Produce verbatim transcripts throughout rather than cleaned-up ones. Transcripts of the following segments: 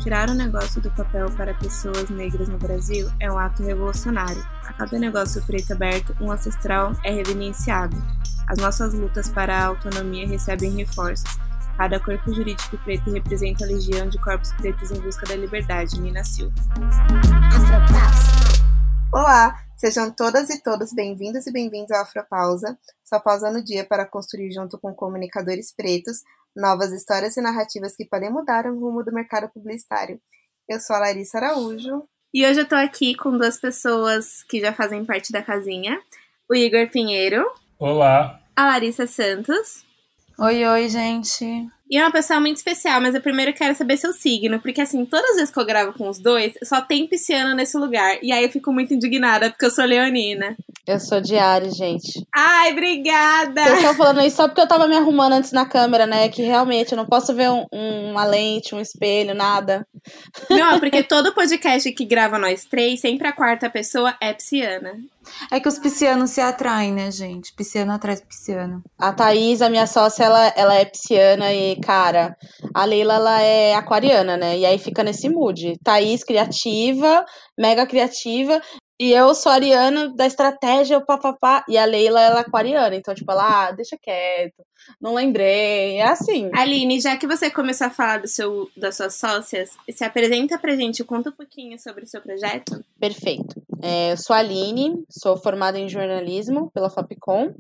Tirar o negócio do papel para pessoas negras no Brasil é um ato revolucionário. A cada negócio preto aberto, um ancestral é reverenciado. As nossas lutas para a autonomia recebem reforços. Cada corpo jurídico preto representa a legião de corpos pretos em busca da liberdade. Nina Silva. Olá, sejam todas e todos bem-vindos e bem-vindos ao Afropausa, sua pausa no dia para construir junto com comunicadores pretos novas histórias e narrativas que podem mudar o rumo do mercado publicitário. Eu sou a Larissa Araújo. E hoje eu tô aqui com duas pessoas que já fazem parte da casinha. O Igor Pinheiro. Olá. A Larissa Santos. Oi, oi, gente. E é uma pessoa muito especial, mas eu primeiro quero saber seu signo, porque assim, todas as vezes que eu gravo com os dois, só tem pisciano nesse lugar. E aí eu fico muito indignada, porque eu sou leonina. Eu sou de Áries, gente. Ai, obrigada! Vocês estão falando isso só porque eu tava me arrumando antes na câmera, né? Que realmente eu não posso ver um, um, uma lente, um espelho, nada. Não, porque todo podcast que grava nós três, sempre a quarta pessoa é pisciana. É que os piscianos se atraem, né, gente? Pisciano atrai pisciano. A Thaís, a minha sócia, ela, ela é pisciana e, cara, a Leila, ela é aquariana, né? E aí fica nesse mood. Thaís, criativa, mega criativa. E eu sou ariana da estratégia, o papapá. E a Leila, ela é aquariana. Então, tipo, ela, ah, deixa quieto. Não lembrei. É assim. Aline, já que você começou a falar do seu, das suas sócias, se apresenta pra gente, conta um pouquinho sobre o seu projeto. Perfeito. É, eu sou a Aline, sou formada em jornalismo pela Fapcom.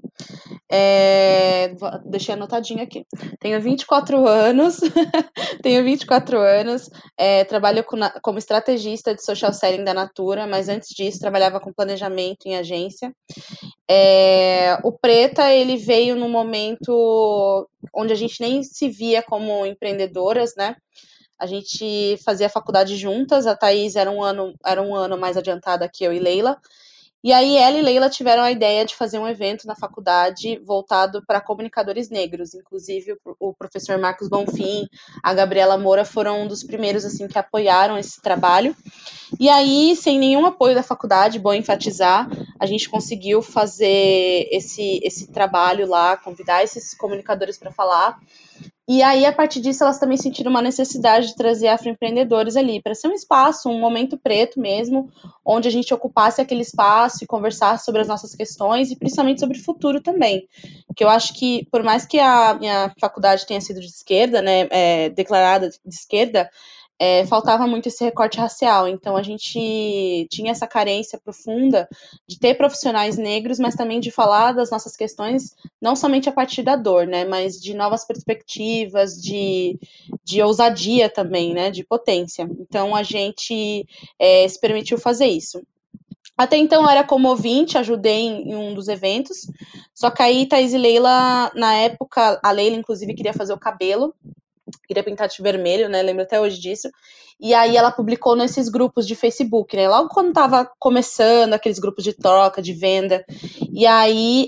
É, deixei anotadinho aqui. Tenho vinte e quatro anos. Tenho vinte e quatro anos. É, trabalho com, como estrategista de social selling da Natura, mas antes disso trabalhava com planejamento em agência. É, o Preta, ele veio num momento onde a gente nem se via como empreendedoras, né? A gente fazia faculdade juntas, a Thaís era um ano, era um ano mais adiantada que eu e Leila. E aí ela e Leila tiveram a ideia de fazer um evento na faculdade voltado para comunicadores negros. Inclusive o professor Marcos Bonfim, a Gabriela Moura foram um dos primeiros assim que apoiaram esse trabalho. E aí, sem nenhum apoio da faculdade, bom enfatizar, a gente conseguiu fazer esse, esse trabalho lá, convidar esses comunicadores para falar. E aí, a partir disso, elas também sentiram uma necessidade de trazer afroempreendedores ali, para ser um espaço, um momento preto mesmo, onde a gente ocupasse aquele espaço e conversasse sobre as nossas questões e principalmente sobre o futuro também. Que eu acho que, por mais que a minha faculdade tenha sido de esquerda, né, é, declarada de esquerda, É, faltava muito esse recorte racial, então a gente tinha essa carência profunda de ter profissionais negros, mas também de falar das nossas questões, não somente a partir da dor, né, mas de novas perspectivas, de, de ousadia também, né, de potência. Então a gente é, se permitiu fazer isso. Até então eu era como ouvinte, ajudei em, em um dos eventos, só que aí Thaís e Leila, na época, a Leila inclusive queria fazer o cabelo, queria pintar de vermelho, né, lembro até hoje disso, e aí ela publicou nesses grupos de Facebook, né, logo quando tava começando aqueles grupos de troca, de venda, e aí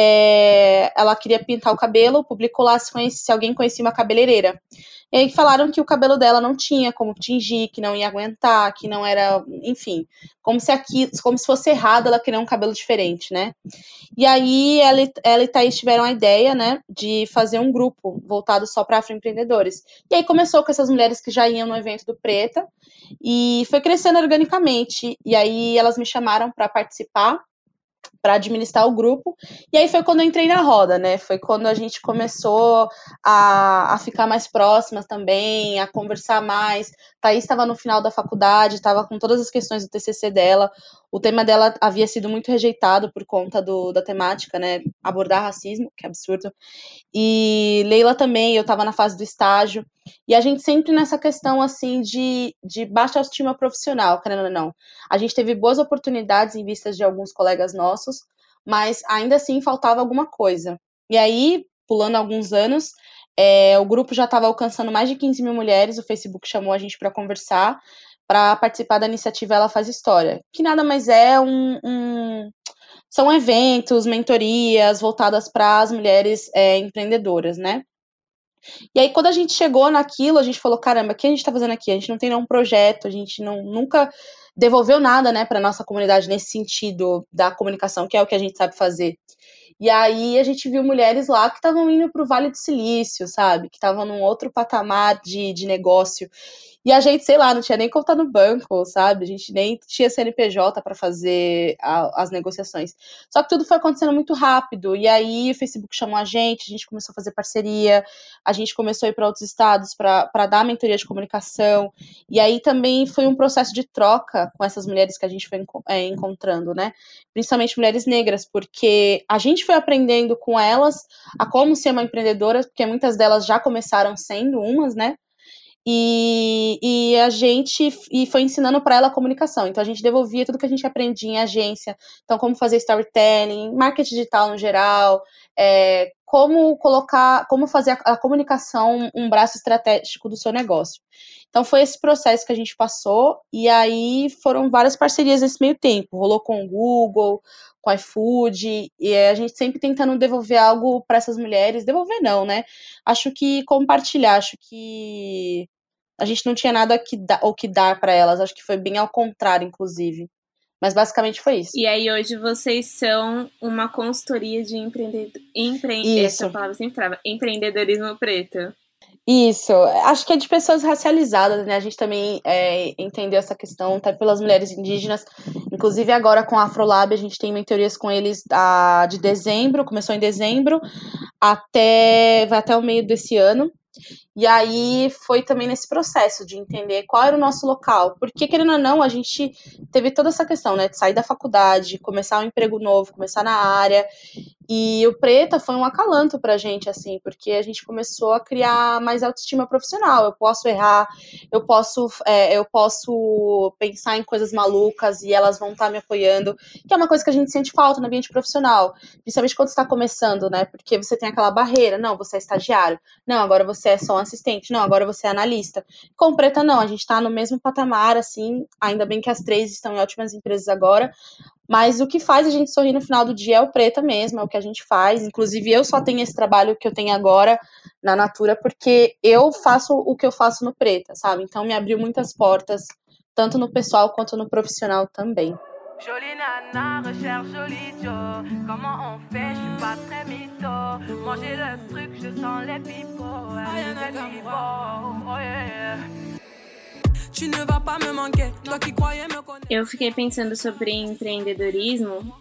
é, ela queria pintar o cabelo, publicou lá se, conhece, se alguém conhecia uma cabeleireira, e aí falaram que o cabelo dela não tinha como tingir, que não ia aguentar, que não era, enfim, como se aqui, como se fosse errado ela querer um cabelo diferente, né, e aí ela, ela e Thaís tiveram a ideia, né, de fazer um grupo voltado só para afroempreendedores. E aí começou com essas mulheres que já iam no evento do Preta e foi crescendo organicamente. E aí elas me chamaram para participar, para administrar o grupo, e aí foi quando eu entrei na roda, né, foi quando a gente começou a, a ficar mais próximas também, a conversar mais. Thaís estava no final da faculdade, estava com todas as questões do T C C dela, o tema dela havia sido muito rejeitado por conta do, da temática, né, abordar racismo, que é absurdo, e Leila também, eu estava na fase do estágio, e a gente sempre nessa questão, assim, de, de baixa autoestima profissional, querendo ou não. A gente teve boas oportunidades em vistas de alguns colegas nossos, mas ainda assim faltava alguma coisa. E aí, pulando alguns anos, é, o grupo já estava alcançando mais de quinze mil mulheres, o Facebook chamou a gente para conversar, para participar da iniciativa Ela Faz História, que nada mais é um... um são eventos, mentorias voltadas para as mulheres é, empreendedoras, né? E aí, quando a gente chegou naquilo, a gente falou, caramba, o que a gente tá fazendo aqui? A gente não tem nenhum projeto, a gente não, nunca devolveu nada, né, pra nossa comunidade nesse sentido da comunicação, que é o que a gente sabe fazer. E aí a gente viu mulheres lá que estavam indo para o Vale do Silício, sabe? Que estavam num outro patamar de, de negócio. E a gente, sei lá, não tinha nem conta no banco, sabe? A gente nem tinha C N P J para fazer a, as negociações. Só que tudo foi acontecendo muito rápido. E aí o Facebook chamou a gente, a gente começou a fazer parceria, a gente começou a ir para outros estados para dar mentoria de comunicação. E aí também foi um processo de troca com essas mulheres que a gente foi é, encontrando, né? Principalmente mulheres negras, porque a gente foi aprendendo com elas a como ser uma empreendedora, porque muitas delas já começaram sendo umas, né? E, e a gente e foi ensinando para ela a comunicação. Então a gente devolvia tudo que a gente aprendia em agência. Então, como fazer storytelling, marketing digital no geral, é, como colocar, como fazer a, a comunicação um braço estratégico do seu negócio. Então foi esse processo que a gente passou, e aí foram várias parcerias nesse meio tempo. Rolou com o Google, com o iFood, e a gente sempre tentando devolver algo para essas mulheres. Devolver não, né? Acho que compartilhar, acho que a gente não tinha nada que dar, ou que dar para elas. Acho que foi bem ao contrário, inclusive. Mas basicamente foi isso. E aí hoje vocês são uma consultoria de empreendedor... Empre... Essa palavra sempre trava. Empreendedorismo preto. Isso, acho que é de pessoas racializadas, né? A gente também é, entendeu essa questão até pelas mulheres indígenas. Inclusive agora com a Afrolab a gente tem mentorias com eles a, de dezembro, começou em dezembro, até vai até o meio desse ano. E aí foi também nesse processo de entender qual era o nosso local. Porque, querendo ou não, a gente teve toda essa questão, né? De sair da faculdade, começar um emprego novo, começar na área. E o Preta foi um acalanto pra gente, assim, porque a gente começou a criar mais autoestima profissional. Eu posso errar, eu posso, é, eu posso pensar em coisas malucas e elas vão estar me apoiando, que é uma coisa que a gente sente falta no ambiente profissional, principalmente quando você está começando, né? Porque você tem aquela barreira, não, você é estagiário, não, agora você é só um assistente, não, agora você é analista. Com o Preta, não, a gente tá no mesmo patamar, assim, ainda bem que as três estão em ótimas empresas agora, mas o que faz a gente sorrir no final do dia é o Preta mesmo, é o que a gente faz. Inclusive, eu só tenho esse trabalho que eu tenho agora na Natura porque eu faço o que eu faço no Preta, sabe? Então, me abriu muitas portas, tanto no pessoal quanto no profissional também. Jolie nana, recherche jolie Joe. Comment on fait, je suis pas très mytho. Manger le truc, je sens les pipos. Oh yeah. Eu fiquei pensando sobre empreendedorismo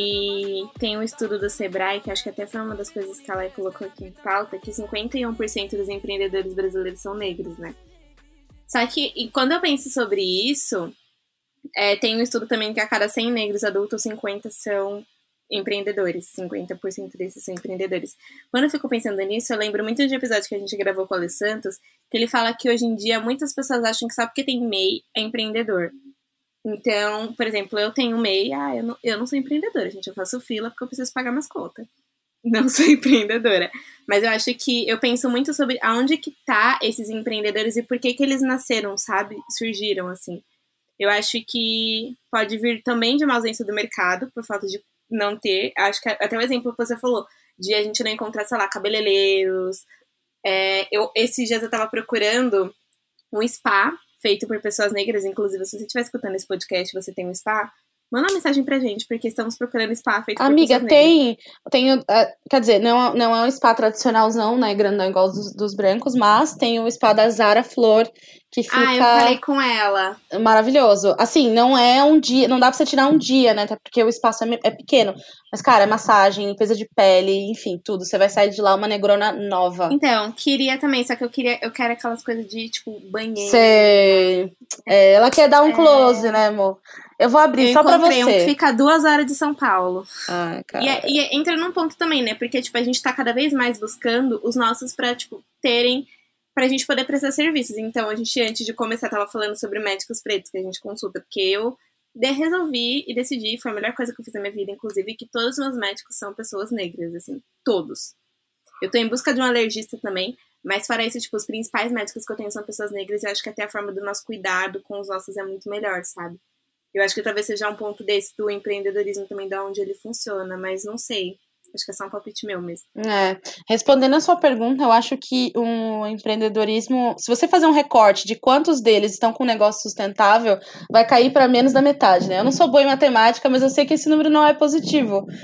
e tem um estudo do Sebrae, que acho que até foi uma das coisas que ela colocou aqui em pauta, que cinquenta e um por cento dos empreendedores brasileiros são negros, né? Só que, e quando eu penso sobre isso, é, tem um estudo também que a cada cem negros adultos, cinquenta são empreendedores, cinquenta por cento desses são empreendedores. Quando eu fico pensando nisso, eu lembro muito de um episódio que a gente gravou com o Ale Santos, que ele fala que hoje em dia muitas pessoas acham que só porque tem M E I é empreendedor. Então, por exemplo, eu tenho M E I, ah, eu não, eu não sou empreendedora, gente, eu faço fila porque eu preciso pagar minhas contas. Não sou empreendedora. Mas eu acho que eu penso muito sobre aonde que tá esses empreendedores e por que que eles nasceram, sabe? Surgiram, assim. Eu acho que pode vir também de uma ausência do mercado, por falta de não ter. Acho que até o exemplo que você falou, de a gente não encontrar, sei lá, cabeleireiros. É, eu, esses dias eu tava procurando um spa feito por pessoas negras. Inclusive, se você estiver escutando esse podcast e você tem um spa, manda uma mensagem pra gente, porque estamos procurando spa feito Amiga, por pessoas tem, negras. tem, uh, quer dizer, não, não é um spa tradicionalzão, né, grandão igual dos, dos brancos, mas tem o spa da Zara Flor, que fica... Ah, eu falei com ela. Maravilhoso. Assim, não é um dia, não dá pra você tirar um dia, né, até porque o espaço é, é pequeno. Mas, cara, é massagem, limpeza de pele, enfim, tudo. Você vai sair de lá uma negrona nova. Então, queria também, só que eu queria, eu quero aquelas coisas de, tipo, banheiro. Sei. É, ela quer dar um close, é... né, amor? Eu vou abrir eu só pra você. Eu encontrei um que fica a duas horas de São Paulo. Ai, cara. E, é, e é, entra num ponto também, né? Porque, tipo, a gente tá cada vez mais buscando os nossos pra, tipo, terem... Pra gente poder prestar serviços. Então, a gente, antes de começar, tava falando sobre médicos pretos que a gente consulta. Porque eu de, resolvi e decidi, foi a melhor coisa que eu fiz na minha vida, inclusive, que todos os meus médicos são pessoas negras, assim. Todos. Eu tô em busca de um alergista também. Mas, fora isso, tipo, os principais médicos que eu tenho são pessoas negras. E eu acho que até a forma do nosso cuidado com os nossos é muito melhor, sabe? Eu acho que talvez seja um ponto desse do empreendedorismo também, de onde ele funciona, mas não sei. Acho que é só um palpite meu mesmo. É. Respondendo a sua pergunta, eu acho que um empreendedorismo, se você fazer um recorte de quantos deles estão com um negócio sustentável, vai cair para menos da metade, né? Eu não sou boa em matemática, mas eu sei que esse número não é positivo.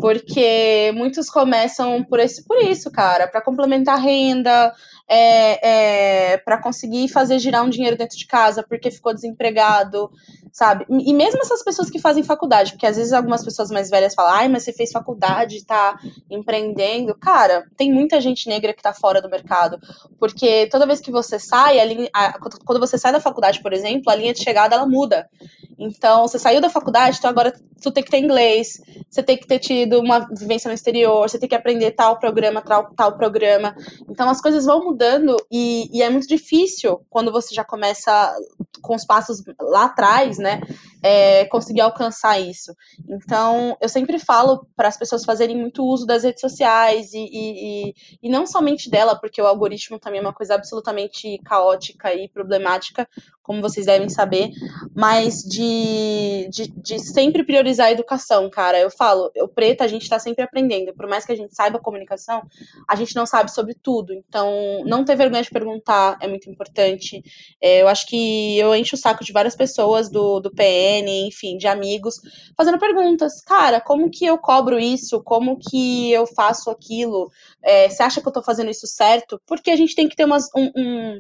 Porque muitos começam por, esse, por isso, cara, para complementar a renda, é, é, para conseguir fazer girar um dinheiro dentro de casa, porque ficou desempregado, sabe? E mesmo essas pessoas que fazem faculdade, porque às vezes algumas pessoas mais velhas falam, ai, mas você fez faculdade, tá empreendendo. Cara, tem muita gente negra que tá fora do mercado, porque toda vez que você sai, a linha, a, quando você sai da faculdade, por exemplo, a linha de chegada, ela muda. Então, você saiu da faculdade, então agora tu tem que ter inglês, você tem que ter tido uma vivência no exterior, você tem que aprender tal programa, tal, tal programa. Então, as coisas vão mudando e, e é muito difícil quando você já começa com os passos lá atrás, né, é, conseguir alcançar isso. Então, eu sempre falo para as pessoas fazerem muito uso das redes sociais e, e, e, e não somente dela, porque o algoritmo também é uma coisa absolutamente caótica e problemática, como vocês devem saber, mas de, de, de sempre priorizar a educação, cara. Eu falo, eu preta, a gente tá sempre aprendendo. Por mais que a gente saiba comunicação, a gente não sabe sobre tudo. Então, não ter vergonha de perguntar é muito importante. É, eu acho que eu encho o saco de várias pessoas do, do P N, enfim, de amigos, fazendo perguntas. Cara, como que eu cobro isso? Como que eu faço aquilo? É, você acha que eu tô fazendo isso certo? Porque a gente tem que ter umas, um, um,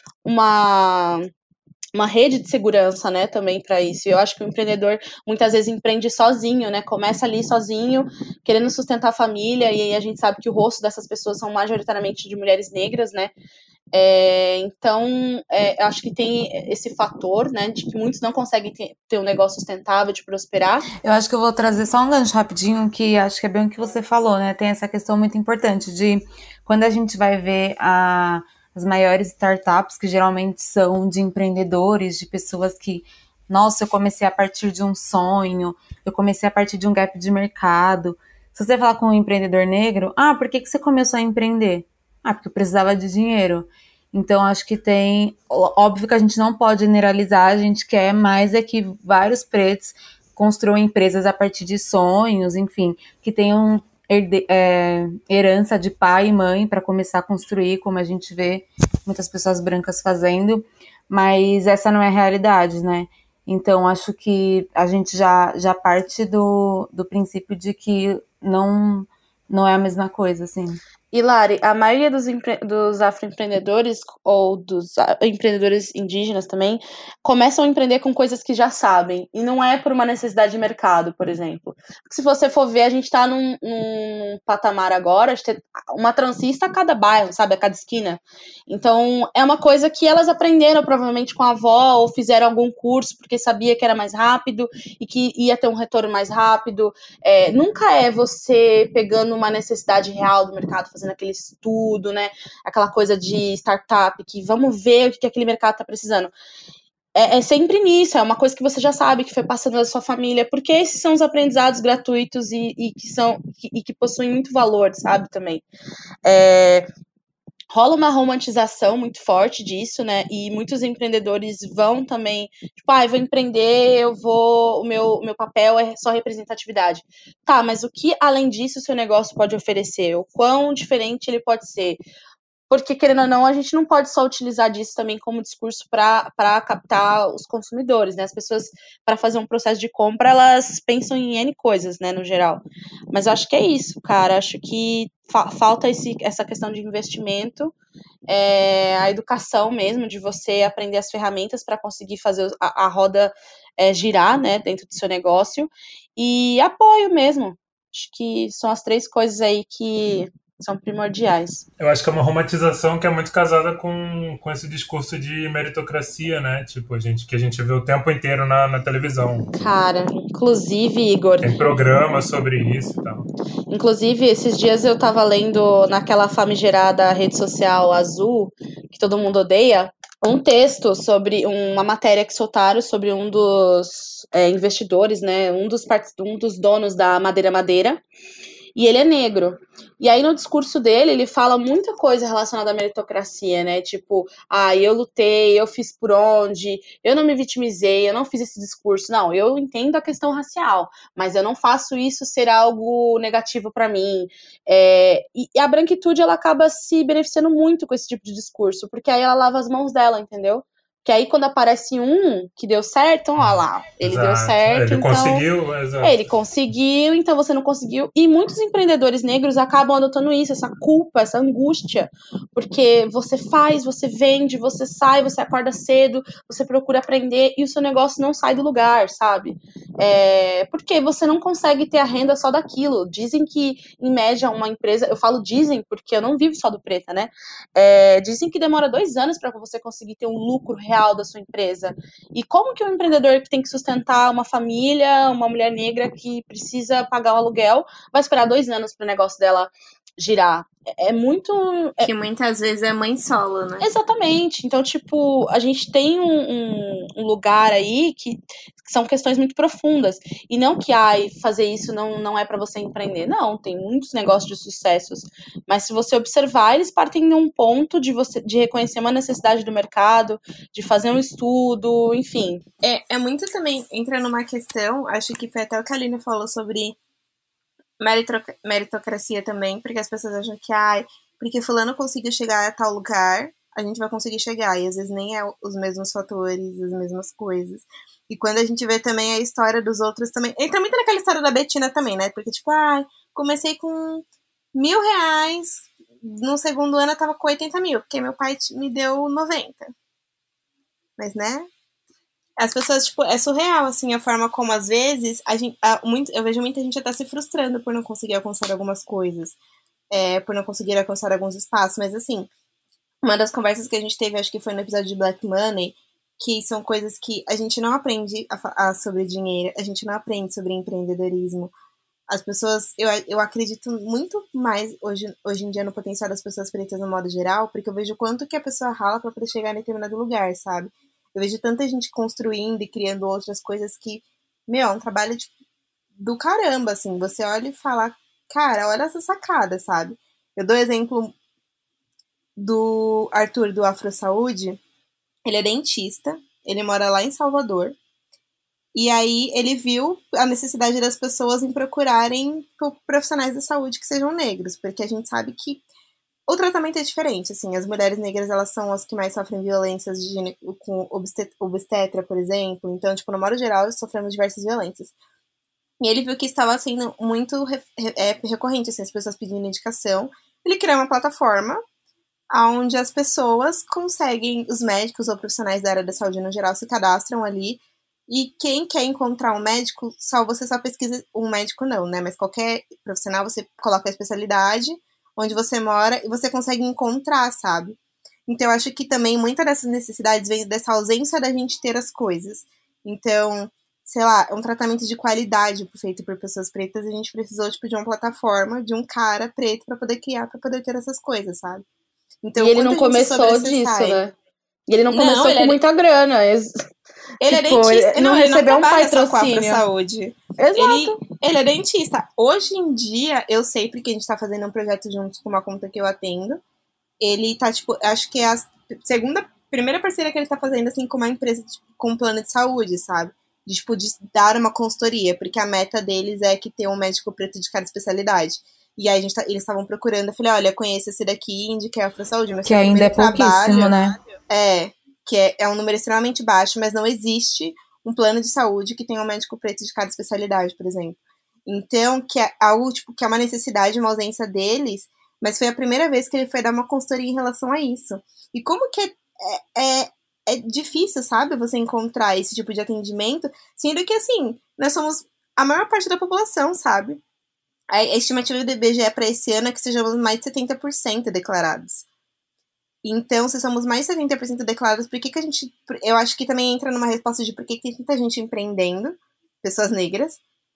uma... uma rede de segurança, né, também para isso. Eu acho que o empreendedor muitas vezes empreende sozinho, né, começa ali sozinho, querendo sustentar a família, e aí a gente sabe que o rosto dessas pessoas são majoritariamente de mulheres negras, né, é, então é, acho que tem esse fator, né, de que muitos não conseguem ter, ter um negócio sustentável, de prosperar. Eu acho que eu vou trazer só um gancho rapidinho, que acho que é bem o que você falou, né, tem essa questão muito importante de quando a gente vai ver a as maiores startups, que geralmente são de empreendedores, de pessoas que, nossa, eu comecei a partir de um sonho, eu comecei a partir de um gap de mercado. Se você falar com um empreendedor negro, ah, por que, que você começou a empreender? Ah, porque eu precisava de dinheiro. Então, acho que tem... Óbvio que a gente não pode generalizar, a gente quer mais é que vários pretos construam empresas a partir de sonhos, enfim, que tenham Herde, é, herança de pai e mãe para começar a construir, como a gente vê muitas pessoas brancas fazendo, mas essa não é a realidade, né? Então, acho que a gente já, já parte do, do princípio de que não, não é a mesma coisa, assim. E, Lari, a maioria dos, empre... dos afroempreendedores, ou dos empreendedores indígenas também, começam a empreender com coisas que já sabem. E não é por uma necessidade de mercado, por exemplo. Porque se você for ver, a gente está num, num patamar agora de ter uma transista a cada bairro, sabe? A cada esquina. Então, é uma coisa que elas aprenderam, provavelmente, com a avó, ou fizeram algum curso, porque sabia que era mais rápido e que ia ter um retorno mais rápido. É, nunca é você pegando uma necessidade real do mercado, fazendo aquele estudo, né? Aquela coisa de startup, que vamos ver o que, que aquele mercado está precisando. É, é sempre nisso, é uma coisa que você já sabe, que foi passando da sua família, porque esses são os aprendizados gratuitos e, e que são que, e que possuem muito valor, sabe, também. É, rola uma romantização muito forte disso, né? E muitos empreendedores vão também, tipo, ah, eu vou empreender, eu vou, o meu, o meu papel é só representatividade. Tá, mas o que além disso o seu negócio pode oferecer? O quão diferente ele pode ser? Porque, querendo ou não, a gente não pode só utilizar disso também como discurso para captar os consumidores, né? As pessoas, para fazer um processo de compra, elas pensam em N coisas, né, no geral. Mas eu acho que é isso, cara. Acho que fa- falta esse, essa questão de investimento, é, a educação mesmo, de você aprender as ferramentas para conseguir fazer a, a roda é, girar, né, dentro do seu negócio. E apoio mesmo. Acho que são as três coisas aí que são primordiais. Eu acho que é uma romantização que é muito casada com, com esse discurso de meritocracia, né? Tipo, a gente, que a gente vê o tempo inteiro na, na televisão. Cara, inclusive, Igor... Tem programa sobre isso e tal. Inclusive, esses dias eu tava lendo naquela famigerada rede social azul, que todo mundo odeia, um texto sobre uma matéria que soltaram sobre um dos é, investidores, né? Um dos, part... um dos donos da Madeira Madeira. E ele é negro. E aí, no discurso dele, ele fala muita coisa relacionada à meritocracia, né? Tipo, ah, eu lutei, eu fiz por onde, eu não me vitimizei, eu não fiz esse discurso. Não, eu entendo a questão racial, mas eu não faço isso ser algo negativo para mim. É, e a branquitude, ela acaba se beneficiando muito com esse tipo de discurso, porque aí ela lava as mãos dela, entendeu? Que aí quando aparece um que deu certo, então, ó lá, ele Exato. deu certo, Ele então... conseguiu, exato. Ele conseguiu, então você não conseguiu. E muitos empreendedores negros acabam adotando isso, essa culpa, essa angústia. Porque você faz, você vende, você sai, você acorda cedo, você procura aprender e o seu negócio não sai do lugar, sabe? É, porque você não consegue ter a renda só daquilo. Dizem que, em média, uma empresa... Eu falo dizem porque eu não vivo só do Preta, né? É, dizem que demora dois anos para você conseguir ter um lucro real da sua empresa. E como que um empreendedor que tem que sustentar uma família, uma mulher negra que precisa pagar o aluguel, vai esperar dois anos para o negócio dela girar? É, é muito... É... Que muitas vezes é mãe solo, né? Exatamente. Então, tipo, a gente tem um, um, um lugar aí que, que são questões muito profundas. E não que, ai, fazer isso não, não é para você empreender. Não, tem muitos negócios de sucessos. Mas se você observar, eles partem de um ponto de, você, de reconhecer uma necessidade do mercado, de fazer um estudo, enfim. É, é muito também, entra numa questão, acho que foi até o que a Aline falou sobre meritocracia também, porque as pessoas acham que, ai, porque fulano conseguiu chegar a tal lugar, a gente vai conseguir chegar, e às vezes nem é os mesmos fatores, as mesmas coisas. E quando a gente vê também a história dos outros também, entra muito naquela história da Betina também, né, porque tipo, ai, comecei com mil reais, no segundo ano eu tava com oitenta mil, porque meu pai me deu noventa. Mas, né, as pessoas, tipo, é surreal, assim, a forma como, às vezes, a gente, a, muito, eu vejo muita gente até se frustrando por não conseguir alcançar algumas coisas, é, por não conseguir alcançar alguns espaços, mas, assim, uma das conversas que a gente teve, acho que foi no episódio de Black Money, que são coisas que a gente não aprende a, a, sobre dinheiro, a gente não aprende sobre empreendedorismo. As pessoas, eu, eu acredito muito mais hoje, hoje em dia no potencial das pessoas pretas no modo geral, porque eu vejo o quanto que a pessoa rala pra poder chegar em determinado lugar, sabe? Eu vejo tanta gente construindo e criando outras coisas que, meu, é um trabalho tipo, do caramba, assim. Você olha e fala, cara, olha essa sacada, sabe? Eu dou exemplo do Arthur, do Afro Saúde. Ele é dentista, ele mora lá em Salvador. E aí ele viu a necessidade das pessoas em procurarem profissionais da saúde que sejam negros, porque a gente sabe que o tratamento é diferente, assim, as mulheres negras, elas são as que mais sofrem violências de gênero, com obstetra, por exemplo, então, tipo, no modo geral, sofremos diversas violências. E ele viu que estava sendo muito é, recorrente, assim, as pessoas pedindo indicação. Ele criou uma plataforma onde as pessoas conseguem, os médicos ou profissionais da área da saúde no geral se cadastram ali, e quem quer encontrar um médico, só você só pesquisa, um médico não, né, mas qualquer profissional, você coloca a especialidade, onde você mora, e você consegue encontrar, sabe? Então, eu acho que também muitas dessas necessidades vem dessa ausência da gente ter as coisas. Então, sei lá, é um tratamento de qualidade feito por pessoas pretas, e a gente precisou, tipo, de uma plataforma, de um cara preto pra poder criar, pra poder ter essas coisas, sabe? Então, e ele não começou disso, sai... né? E ele não começou não, com é... muita grana. Ele tipo, é dentista. Ele não, não recebeu ele não um patrocínio. Com a saúde. Exato. Ele, ele é dentista. Hoje em dia, eu sei porque a gente tá fazendo um projeto juntos com uma conta que eu atendo. Ele tá, tipo, acho que é a segunda, primeira parceria que ele tá fazendo, assim, com uma empresa tipo, com um plano de saúde, sabe? De, tipo, de dar uma consultoria, porque a meta deles é que ter um médico preto de cada especialidade. E aí a gente tá, eles estavam procurando, eu falei, olha, conheço esse daqui, indiquei a Afro Saúde, mas que ainda é pouquíssimo, trabalho, né? É, que é, é um número extremamente baixo, mas não existe um plano de saúde que tenha um médico preto de cada especialidade, por exemplo. Então, que é algo, tipo, que é uma necessidade, uma ausência deles, mas foi a primeira vez que ele foi dar uma consultoria em relação a isso. E como que é, é, é difícil, sabe, você encontrar esse tipo de atendimento, sendo que, assim, nós somos a maior parte da população, sabe? A estimativa do I B G E para esse ano é que sejamos mais de setenta por cento declarados. Então, se somos mais de setenta por cento declarados, por que que a gente... Eu acho que também entra numa resposta de por que que tem tanta gente empreendendo, pessoas negras,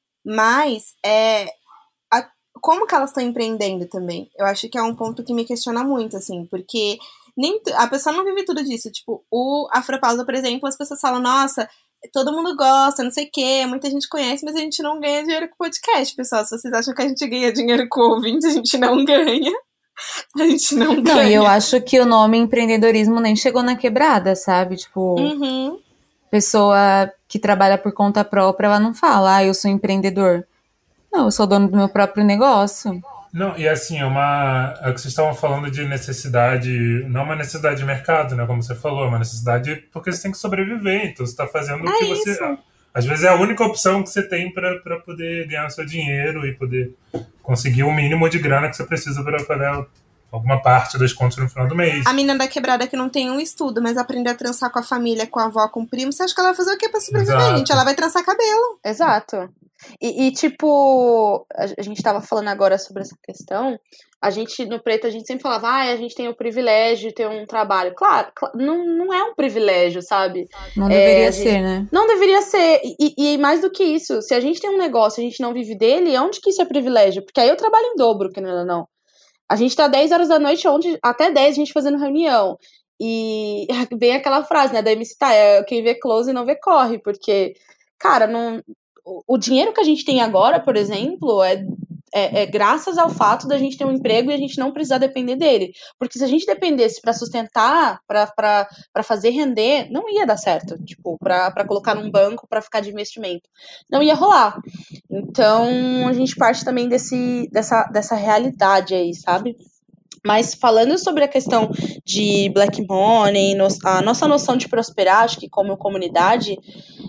mas é, a, como que elas estão empreendendo também? Eu acho que é um ponto que me questiona muito, assim, porque nem, a pessoa não vive tudo disso. Tipo, o Afropausa, por exemplo, as pessoas falam, nossa... Todo mundo gosta, não sei o quê, muita gente conhece, mas a gente não ganha dinheiro com podcast, pessoal. Se vocês acham que a gente ganha dinheiro com ouvinte, a gente não ganha. A gente não ganha. Não, e eu acho que o nome empreendedorismo nem chegou na quebrada, sabe? Tipo, uhum. Pessoa que trabalha por conta própria, ela não fala, ah, eu sou empreendedor. Não, eu sou dono do meu próprio negócio. Não, e assim, é uma. É o que vocês estavam falando de necessidade, não uma necessidade de mercado, né? Como você falou, é uma necessidade porque você tem que sobreviver, então você está fazendo o É que você. isso. Às vezes é a única opção que você tem para poder ganhar seu dinheiro e poder conseguir o mínimo de grana que você precisa para pagar alguma parte das contas no final do mês. A menina da quebrada que não tem um estudo, mas aprender a trançar com a família, com a avó, com o primo, você acha que ela vai fazer o quê pra sobreviver, Exato. gente? Ela vai trançar cabelo. Exato. E, e, tipo, a, a gente tava falando agora sobre essa questão, a gente, no Preto, a gente sempre falava, ah, a gente tem o privilégio de ter um trabalho. Claro, claro não, não é um privilégio, sabe? Não deveria É, a ser, gente- né? Não deveria ser. E, e mais do que isso, se a gente tem um negócio e a gente não vive dele, onde que isso é privilégio? Porque aí eu trabalho em dobro, querendo ou não. A gente tá dez horas da noite, onde, até dez a gente fazendo reunião. E vem aquela frase, né, da M C, tá, é quem vê close e não vê corre, porque, cara, não, o, o dinheiro que a gente tem agora, por exemplo, é, é, é graças ao fato da gente ter um emprego e a gente não precisar depender dele. Porque se a gente dependesse pra sustentar, pra, pra, pra fazer render, não ia dar certo, tipo, pra, pra colocar num banco, pra ficar de investimento. Não ia rolar. Então, a gente parte também desse, dessa, dessa realidade aí, sabe? Mas falando sobre a questão de Black Money, nos- a nossa noção de prosperar, acho que como comunidade,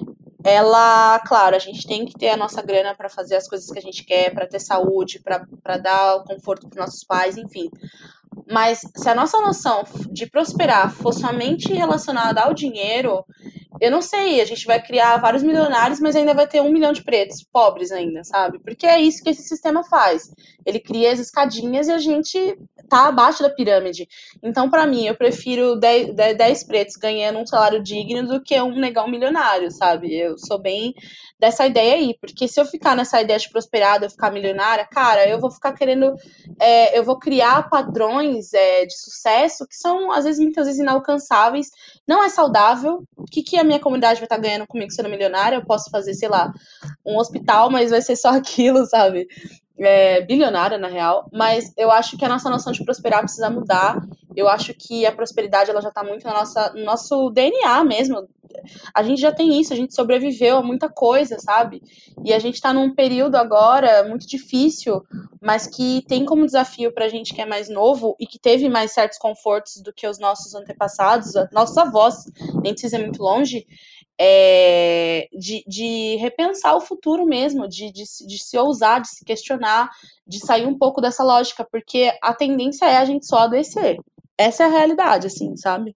ela, claro, a gente tem que ter a nossa grana para fazer as coisas que a gente quer, para ter saúde, para dar o conforto para nossos pais, enfim. Mas se a nossa noção de prosperar for somente relacionada ao dinheiro, eu não sei, a gente vai criar vários milionários, mas ainda vai ter um milhão de pretos, pobres ainda, sabe? Porque é isso que esse sistema faz. Ele cria as escadinhas e a gente tá abaixo da pirâmide. Então, pra mim, eu prefiro dez pretos ganhando um salário digno do que um negão milionário, sabe? Eu sou bem dessa ideia aí, porque se eu ficar nessa ideia de prosperar, de eu ficar milionária, cara, eu vou ficar querendo, é, eu vou criar padrões é, de sucesso que são, às vezes, muitas vezes inalcançáveis, não é saudável. O que, que a minha comunidade vai estar ganhando comigo sendo milionária? Eu posso fazer, sei lá, um hospital, mas vai ser só aquilo, sabe? É, bilionária, na real. Mas eu acho que a nossa noção de prosperar precisa mudar. Eu acho que a prosperidade ela já está muito na nossa, no nosso D N A mesmo. A gente já tem isso, a gente sobreviveu a muita coisa, sabe? E a gente está num período agora muito difícil, mas que tem como desafio pra gente que é mais novo e que teve mais certos confortos do que os nossos antepassados, nossos avós, nem precisa ir muito longe, é, de, de repensar o futuro mesmo, de, de, de se ousar, de se questionar, de sair um pouco dessa lógica, porque a tendência é a gente só adoecer. Essa é a realidade, assim, sabe?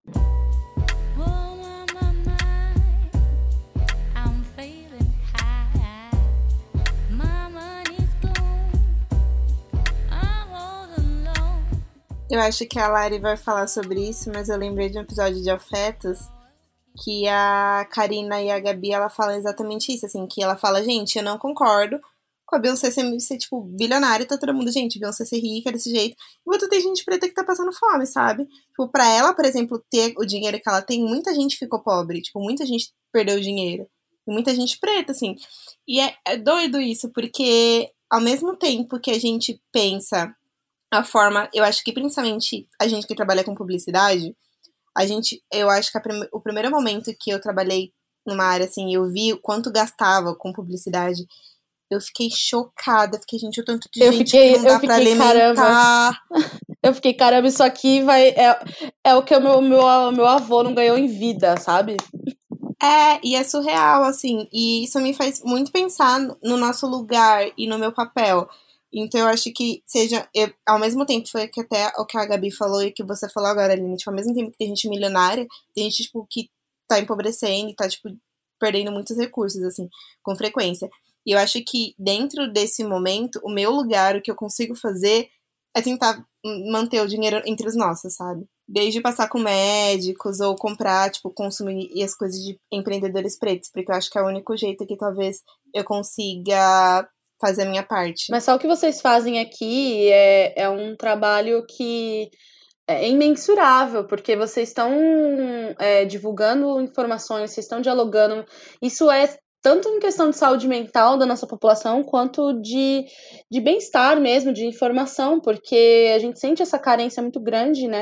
Eu acho que a Lari vai falar sobre isso, mas eu lembrei de um episódio de Afetos que a Karina e a Gabi, ela fala exatamente isso, assim, que ela fala, gente, eu não concordo com a Beyoncé ser, ser tipo, bilionária e tá todo mundo, gente, Beyoncé ser rica desse jeito, enquanto tem gente preta que tá passando fome, sabe? Tipo, pra ela, por exemplo, ter o dinheiro que ela tem, muita gente ficou pobre, tipo, muita gente perdeu o dinheiro, e muita gente preta, assim, e é, é doido isso, porque ao mesmo tempo que a gente pensa a forma, eu acho que principalmente a gente que trabalha com publicidade, a gente, eu acho que a prim- o primeiro momento que eu trabalhei numa área assim, eu vi o quanto gastava com publicidade, eu fiquei chocada, fiquei, gente, o tanto de Eu gente fiquei- que não dá eu pra fiquei, alimentar. Eu fiquei, caramba, isso aqui vai. É, é o que o meu, meu, meu avô não ganhou em vida, sabe? É, e é surreal, assim, e isso me faz muito pensar no nosso lugar e no meu papel. Então eu acho que seja, eu, ao mesmo tempo, foi que até o que a Gabi falou e que você falou agora, Aline, tipo, ao mesmo tempo que tem gente milionária, tem gente, tipo, que tá empobrecendo e tá, tipo, perdendo muitos recursos, assim, com frequência. E eu acho que dentro desse momento, o meu lugar, o que eu consigo fazer é tentar manter o dinheiro entre os nossos, sabe? Desde passar com médicos ou comprar, tipo, consumir e as coisas de empreendedores pretos, porque eu acho que é o único jeito que talvez eu consiga fazer a minha parte. Mas só o que vocês fazem aqui é, é um trabalho que é imensurável, porque vocês estão é, divulgando informações, vocês estão dialogando. Isso é tanto em questão de saúde mental da nossa população, quanto de, de bem-estar mesmo, de informação, porque a gente sente essa carência muito grande, né,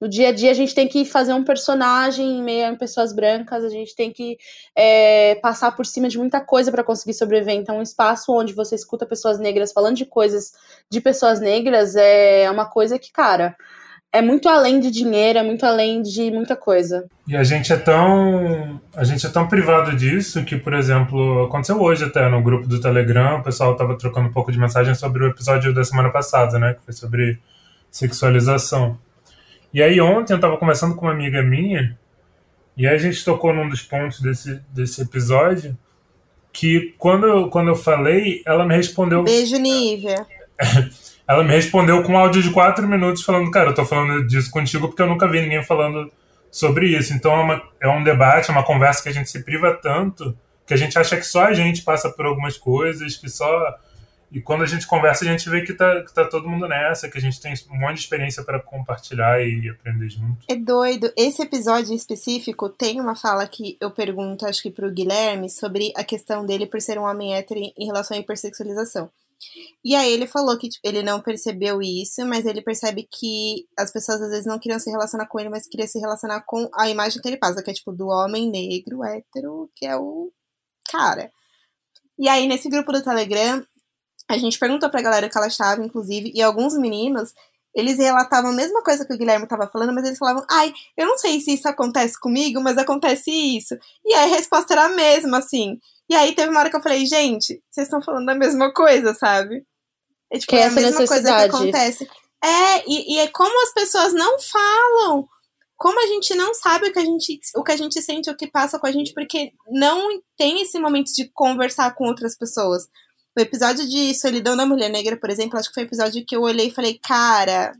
No dia a dia a gente tem que fazer um personagem em meio a pessoas brancas, a gente tem que é, passar por cima de muita coisa para conseguir sobreviver. Então, um espaço onde você escuta pessoas negras falando de coisas de pessoas negras é uma coisa que, cara, é muito além de dinheiro, é muito além de muita coisa. E a gente é tão, a gente é tão privado disso que, por exemplo, aconteceu hoje até no grupo do Telegram, o pessoal estava trocando um pouco de mensagem sobre o episódio da semana passada, né, que foi sobre sexualização. E aí ontem eu estava conversando com uma amiga minha, e aí a gente tocou num dos pontos desse, desse episódio, que quando eu, quando eu falei, ela me respondeu... Beijo, Nívia. Ela me respondeu com um áudio de quatro minutos falando, cara, eu tô falando disso contigo porque eu nunca vi ninguém falando sobre isso. Então é, uma, é um debate, é uma conversa que a gente se priva tanto que a gente acha que só a gente passa por algumas coisas, que só... E quando a gente conversa, a gente vê que tá, que tá todo mundo nessa, que a gente tem um monte de experiência para compartilhar e aprender junto. É doido. Esse episódio em específico tem uma fala que eu pergunto, acho que pro Guilherme, sobre a questão dele por ser um homem hétero em relação à hipersexualização. E aí ele falou que tipo, ele não percebeu isso, mas ele percebe que as pessoas às vezes não queriam se relacionar com ele, mas queriam se relacionar com a imagem que ele passa, que é tipo do homem negro, hétero, que é o cara. E aí nesse grupo do Telegram, a gente perguntou pra galera o que ela achava, inclusive, e alguns meninos, eles relatavam a mesma coisa que o Guilherme tava falando, mas eles falavam, ai, eu não sei se isso acontece comigo, mas acontece isso. E aí a resposta era a mesma, assim. E aí teve uma hora que eu falei, gente, vocês estão falando da mesma coisa, sabe? É, tipo, que é é a mesma necessidade. coisa que acontece. É, e, e é como as pessoas não falam. Como a gente não sabe o que a gente, o que a gente sente, o que passa com a gente, porque não tem esse momento de conversar com outras pessoas. O episódio de Solidão da Mulher Negra, por exemplo, acho que foi um episódio que eu olhei e falei, cara,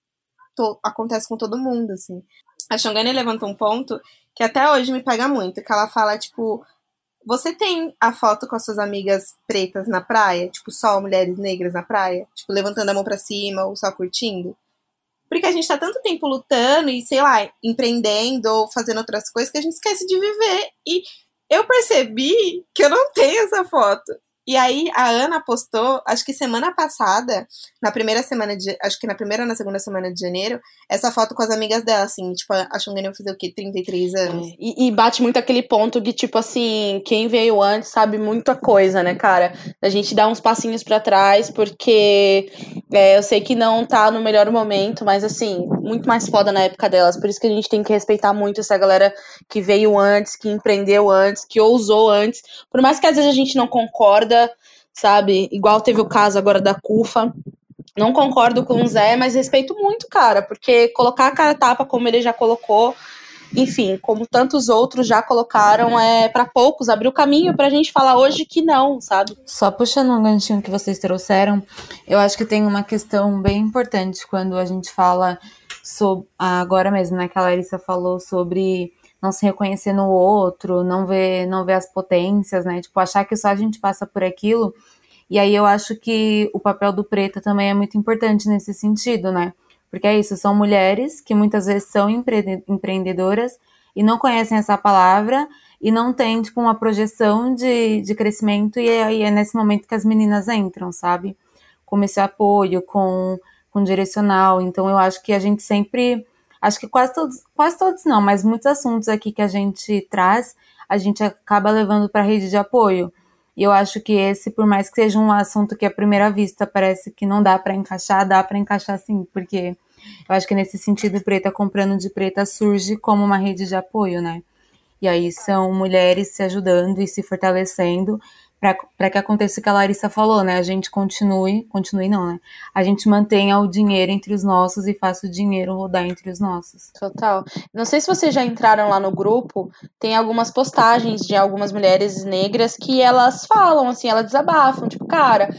tô, acontece com todo mundo, assim. A Xongani levantou um ponto que até hoje me pega muito, que ela fala, tipo, você tem a foto com as suas amigas pretas na praia? Tipo, só mulheres negras na praia? Tipo, levantando a mão pra cima ou só curtindo? Porque a gente tá tanto tempo lutando e, sei lá, empreendendo ou fazendo outras coisas que a gente esquece de viver. E eu percebi que eu não tenho essa foto. E aí a Ana postou, acho que semana passada, na primeira semana de, acho que na primeira ou na segunda semana de janeiro, essa foto com as amigas dela, assim, tipo, a Xongani vai fazer o quê? trinta e três anos? É, e, e bate muito aquele ponto de, tipo assim, quem veio antes sabe muita coisa, né, cara? A gente dá uns passinhos pra trás, porque é, eu sei que não tá no melhor momento, mas assim, muito mais foda na época delas, por isso que a gente tem que respeitar muito essa galera que veio antes, que empreendeu antes, que ousou antes, por mais que às vezes a gente não concorda, sabe? Igual teve o caso agora da Cufa. Não concordo com o Zé, mas respeito muito, cara, porque colocar a cara tapa como ele já colocou, enfim, como tantos outros já colocaram, é para poucos, abriu caminho pra gente falar hoje que não, sabe? Só puxando um ganchinho que vocês trouxeram, eu acho que tem uma questão bem importante quando a gente fala sobre, agora mesmo, né, que a Larissa falou sobre não se reconhecer no outro, não ver, não ver as potências, né, tipo, achar que só a gente passa por aquilo. E aí eu acho que o papel do preto também é muito importante nesse sentido, né? Porque é isso, são mulheres que muitas vezes são empre- empreendedoras e não conhecem essa palavra e não têm, tipo, uma projeção de, de crescimento, e aí é nesse momento que as meninas entram, sabe? Com esse apoio, com, com direcional. Então eu acho que a gente sempre... Acho que quase todos, quase todos não, mas muitos assuntos aqui que a gente traz, a gente acaba levando para a rede de apoio. E eu acho que esse, por mais que seja um assunto que à primeira vista parece que não dá para encaixar, dá para encaixar sim, porque eu acho que nesse sentido Preta Comprando de Preta surge como uma rede de apoio, né? E aí são mulheres se ajudando e se fortalecendo para que aconteça o que a Larissa falou, né? A gente continue, continue não, né? A gente mantenha o dinheiro entre os nossos e faça o dinheiro rodar entre os nossos. Total. Não sei se vocês já entraram lá no grupo, tem algumas postagens de algumas mulheres negras que elas falam, assim, elas desabafam, tipo, cara,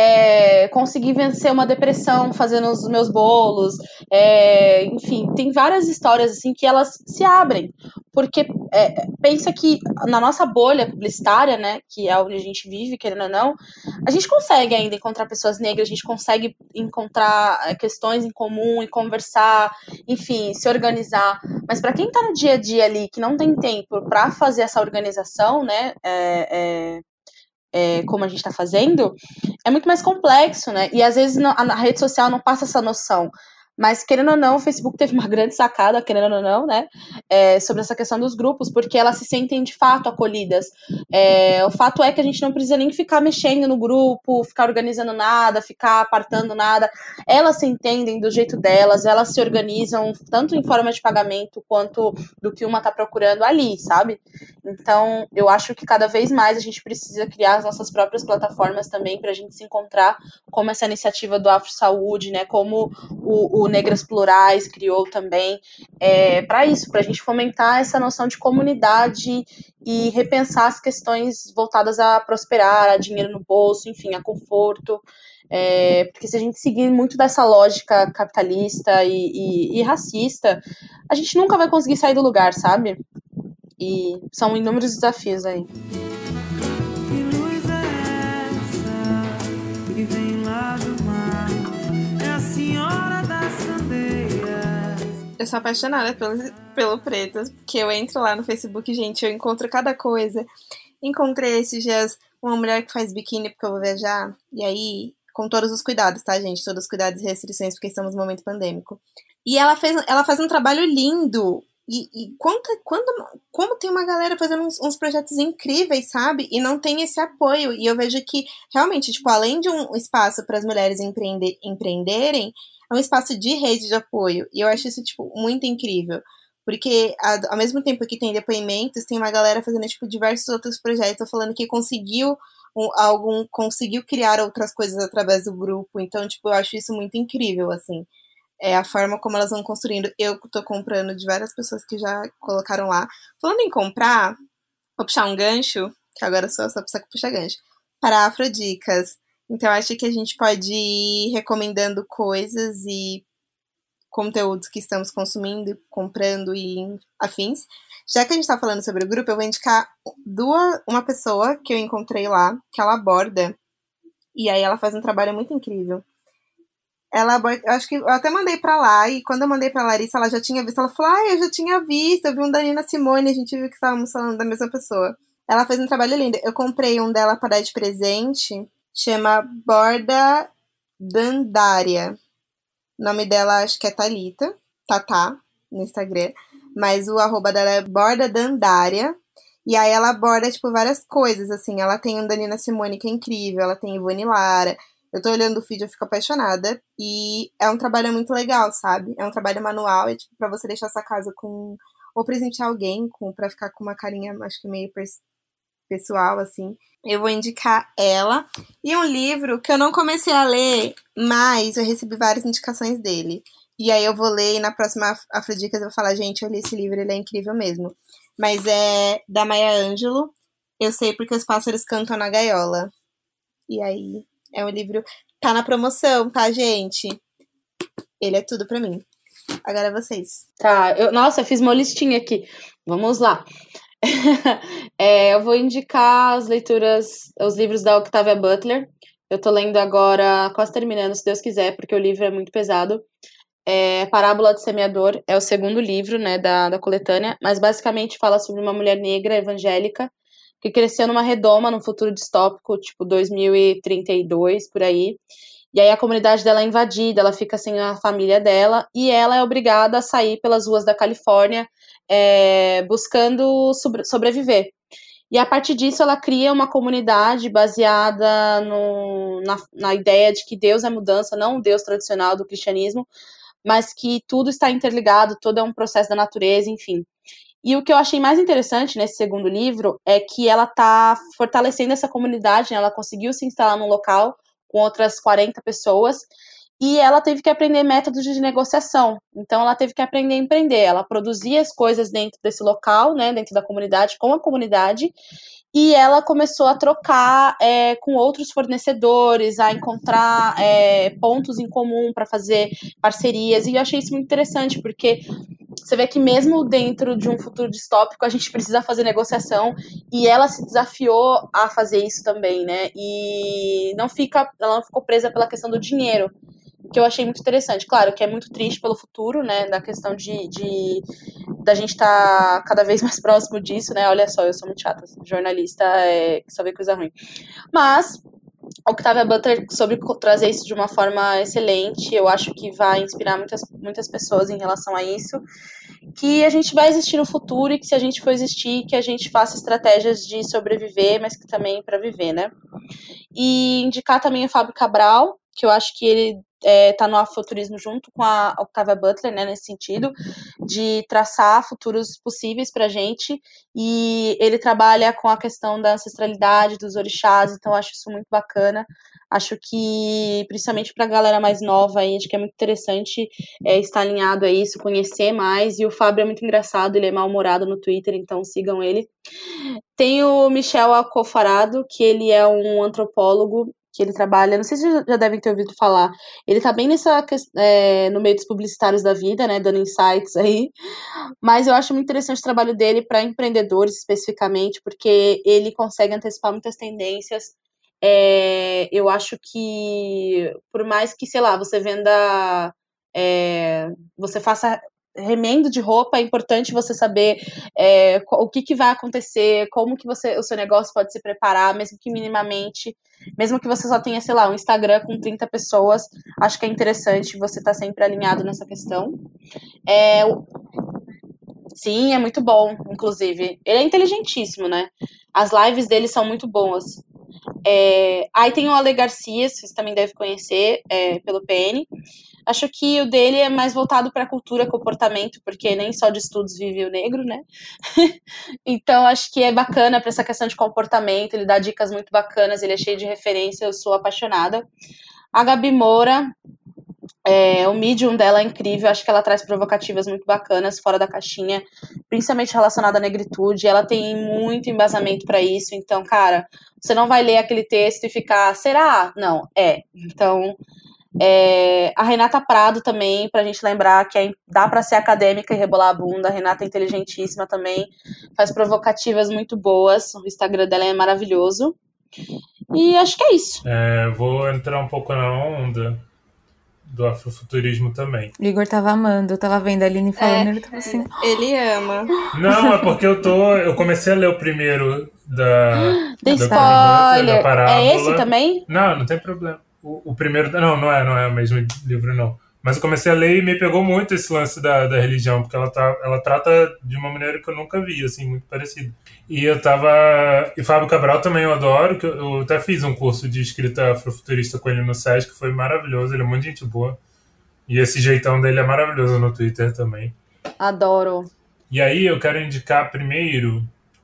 é, consegui vencer uma depressão fazendo os meus bolos, é, enfim, tem várias histórias, assim, que elas se abrem, porque é, pensa que na nossa bolha publicitária, né, que é onde a gente vive, querendo ou não, a gente consegue ainda encontrar pessoas negras, a gente consegue encontrar questões em comum e conversar, enfim, se organizar, mas para quem tá no dia a dia ali, que não tem tempo para fazer essa organização, né, é, é, é, como a gente tá fazendo, é muito mais complexo, né, e às vezes a, a rede social não passa essa noção. Mas, querendo ou não, o Facebook teve uma grande sacada, querendo ou não, né, é, sobre essa questão dos grupos, porque elas se sentem, de fato, acolhidas. É, o fato é que a gente não precisa nem ficar mexendo no grupo, ficar organizando nada, ficar apartando nada. Elas se entendem do jeito delas, elas se organizam, tanto em forma de pagamento, quanto do que uma está procurando ali, sabe? Então, eu acho que cada vez mais a gente precisa criar as nossas próprias plataformas também, para a gente se encontrar, como essa iniciativa do Afro Saúde, né, como o, o Negras Plurais criou também, é, para isso, para a gente fomentar essa noção de comunidade e repensar as questões voltadas a prosperar, a dinheiro no bolso, enfim, a conforto, é, porque se a gente seguir muito dessa lógica capitalista e, e, e racista, a gente nunca vai conseguir sair do lugar, sabe? E são inúmeros desafios aí. Que luz é essa que vem lá do mar? É a senhora das candeias. Eu sou apaixonada pelo, pelo Pretas, porque eu entro lá no Facebook, gente, eu encontro cada coisa. Encontrei esses dias uma mulher que faz biquíni porque eu vou viajar, e aí, com todos os cuidados, tá, gente? Todos os cuidados e restrições, porque estamos no momento pandêmico. E ela, fez, ela faz um trabalho lindo. E, e quando, quando, como tem uma galera fazendo uns, uns projetos incríveis, sabe? E não tem esse apoio. E eu vejo que, realmente, tipo, além de um espaço para as mulheres empreender, empreenderem, é um espaço de rede de apoio. E eu acho isso, tipo, muito incrível. Porque, a, ao mesmo tempo que tem depoimentos, tem uma galera fazendo, tipo, diversos outros projetos, falando que conseguiu, um, algum, conseguiu criar outras coisas através do grupo. Então, tipo, eu acho isso muito incrível, assim. É a forma como elas vão construindo. Eu tô comprando de várias pessoas que já colocaram lá. Falando em comprar, vou puxar um gancho, que agora eu sou essa pessoa que puxa gancho, para Afrodicas. Então, acho que a gente pode ir recomendando coisas e conteúdos que estamos consumindo, comprando e afins. Já que a gente tá falando sobre o grupo, eu vou indicar duas, uma pessoa que eu encontrei lá, que ela aborda, e aí ela faz um trabalho muito incrível. Ela, eu acho que eu até mandei pra lá, e quando eu mandei pra Larissa, ela já tinha visto, ela falou, ah, eu já tinha visto, eu vi um da Nina Simone, a gente viu que estávamos falando da mesma pessoa. Ela fez um trabalho lindo. Eu comprei um dela para dar de presente, chama Borda Dandária. O nome dela acho que é Thalita, Tatá, no Instagram, mas o arroba dela é Borda Dandária, e aí ela aborda, tipo, várias coisas, assim, ela tem um da Nina Simone que é incrível, ela tem Ivone Lara. Eu tô olhando o vídeo, eu fico apaixonada. E é um trabalho muito legal, sabe? É um trabalho manual, é tipo pra você deixar sua casa com... Ou presentear alguém, com, pra ficar com uma carinha, acho que meio pessoal, assim. Eu vou indicar ela. E um livro que eu não comecei a ler, mas eu recebi várias indicações dele. E aí eu vou ler e na próxima Afrodicas eu vou falar, gente, eu li esse livro, ele é incrível mesmo. Mas é da Maya Angelou. Eu sei porque os pássaros cantam na gaiola. E aí... É um livro, tá na promoção, tá, gente? Ele é tudo pra mim. Agora é vocês. Tá, eu, nossa, eu fiz uma listinha aqui. Vamos lá. é, eu vou indicar as leituras, os livros da Octavia Butler. Eu tô lendo agora, quase terminando, se Deus quiser, porque o livro é muito pesado. É, Parábola do Semeador é o segundo livro, né, da, da coletânea, mas basicamente fala sobre uma mulher negra evangélica que cresceu numa redoma, num futuro distópico, tipo dois mil e trinta e dois, por aí. E aí a comunidade dela é invadida, ela fica sem a família dela, e ela é obrigada a sair pelas ruas da Califórnia, é, buscando sobre- sobreviver. E a partir disso ela cria uma comunidade baseada no, na, na ideia de que Deus é mudança, não o Deus tradicional do cristianismo, mas que tudo está interligado, todo é um processo da natureza, enfim. E o que eu achei mais interessante nesse segundo livro é que ela está fortalecendo essa comunidade, né? Ela conseguiu se instalar num local com outras quarenta pessoas e ela teve que aprender métodos de negociação. Então, ela teve que aprender a empreender. Ela produzia as coisas dentro desse local, né, dentro da comunidade, com a comunidade, e ela começou a trocar é, com outros fornecedores, a encontrar é, pontos em comum para fazer parcerias, e eu achei isso muito interessante, porque você vê que mesmo dentro de um futuro distópico, a gente precisa fazer negociação, e ela se desafiou a fazer isso também, né, e não fica, ela não ficou presa pela questão do dinheiro, que eu achei muito interessante. Claro que é muito triste pelo futuro, né, da questão de, de da gente estar tá cada vez mais próximo disso, né, olha só, eu sou muito chata, jornalista é, só vê coisa ruim. Mas Octavia Butler soube trazer isso de uma forma excelente. Eu acho que vai inspirar muitas, muitas pessoas em relação a isso. Que a gente vai existir no futuro e que se a gente for existir, que a gente faça estratégias de sobreviver, mas que também para viver, né? E indicar também o Fábio Cabral, que eu acho que ele é, tá no afuturismo junto com a Octavia Butler, né, nesse sentido, de traçar futuros possíveis pra gente, e ele trabalha com a questão da ancestralidade, dos orixás, então eu acho isso muito bacana. Acho que, principalmente pra galera mais nova aí, acho que é muito interessante é, estar alinhado a isso, conhecer mais, e o Fábio é muito engraçado, ele é mal-humorado no Twitter, então sigam ele. Tem o Michel Alcofarado, que ele é um antropólogo, que ele trabalha, não sei se já devem ter ouvido falar, ele tá bem nessa, é, no meio dos publicitários da vida, né, dando insights aí, mas eu acho muito interessante o trabalho dele para empreendedores especificamente, porque ele consegue antecipar muitas tendências. É, eu acho que, por mais que, sei lá, você venda, é, você faça remendo de roupa, é importante você saber é, o que, que vai acontecer, como que você, o seu negócio pode se preparar, mesmo que minimamente, mesmo que você só tenha, sei lá, um Instagram com trinta pessoas, acho que é interessante você estar tá sempre alinhado nessa questão. É, sim, é muito bom, inclusive. Ele é inteligentíssimo, né? As lives dele são muito boas. É, aí tem o Ale Garcia, vocês também devem conhecer, é, pelo P N. Acho que o dele é mais voltado para cultura, comportamento, porque nem só de estudos vive o negro, né? Então, acho que é bacana para essa questão de comportamento, ele dá dicas muito bacanas, ele é cheio de referência, eu sou apaixonada. A Gabi Moura, é, o Medium dela é incrível, acho que ela traz provocativas muito bacanas, fora da caixinha, principalmente relacionada à negritude, ela tem muito embasamento para isso, então, cara, você não vai ler aquele texto e ficar, será? Não, é. Então... É, a Renata Prado também, pra gente lembrar que é, dá pra ser acadêmica e rebolar a bunda. A Renata é inteligentíssima também, faz provocativas muito boas, o Instagram dela é maravilhoso. E acho que é isso. É, vou entrar um pouco na onda do afrofuturismo também. O Igor tava amando, eu tava vendo a Aline falando, É, ele tava assim... Ele ama. Não, é porque eu tô. Eu comecei a ler o primeiro da. Tem da spoiler. Da parábola. É esse também? Não, não tem problema. O, o primeiro. Não, não é, não é o mesmo livro, não. Mas eu comecei a ler e me pegou muito esse lance da, da religião, porque ela, tá, ela trata de uma maneira que eu nunca vi, assim, muito parecida. E eu tava... E Fábio Cabral também eu adoro, que eu, eu até fiz um curso de escrita afrofuturista com ele no SESC, que foi maravilhoso, ele é muito gente boa. E esse jeitão dele é maravilhoso no Twitter também. Adoro. E aí eu quero indicar primeiro...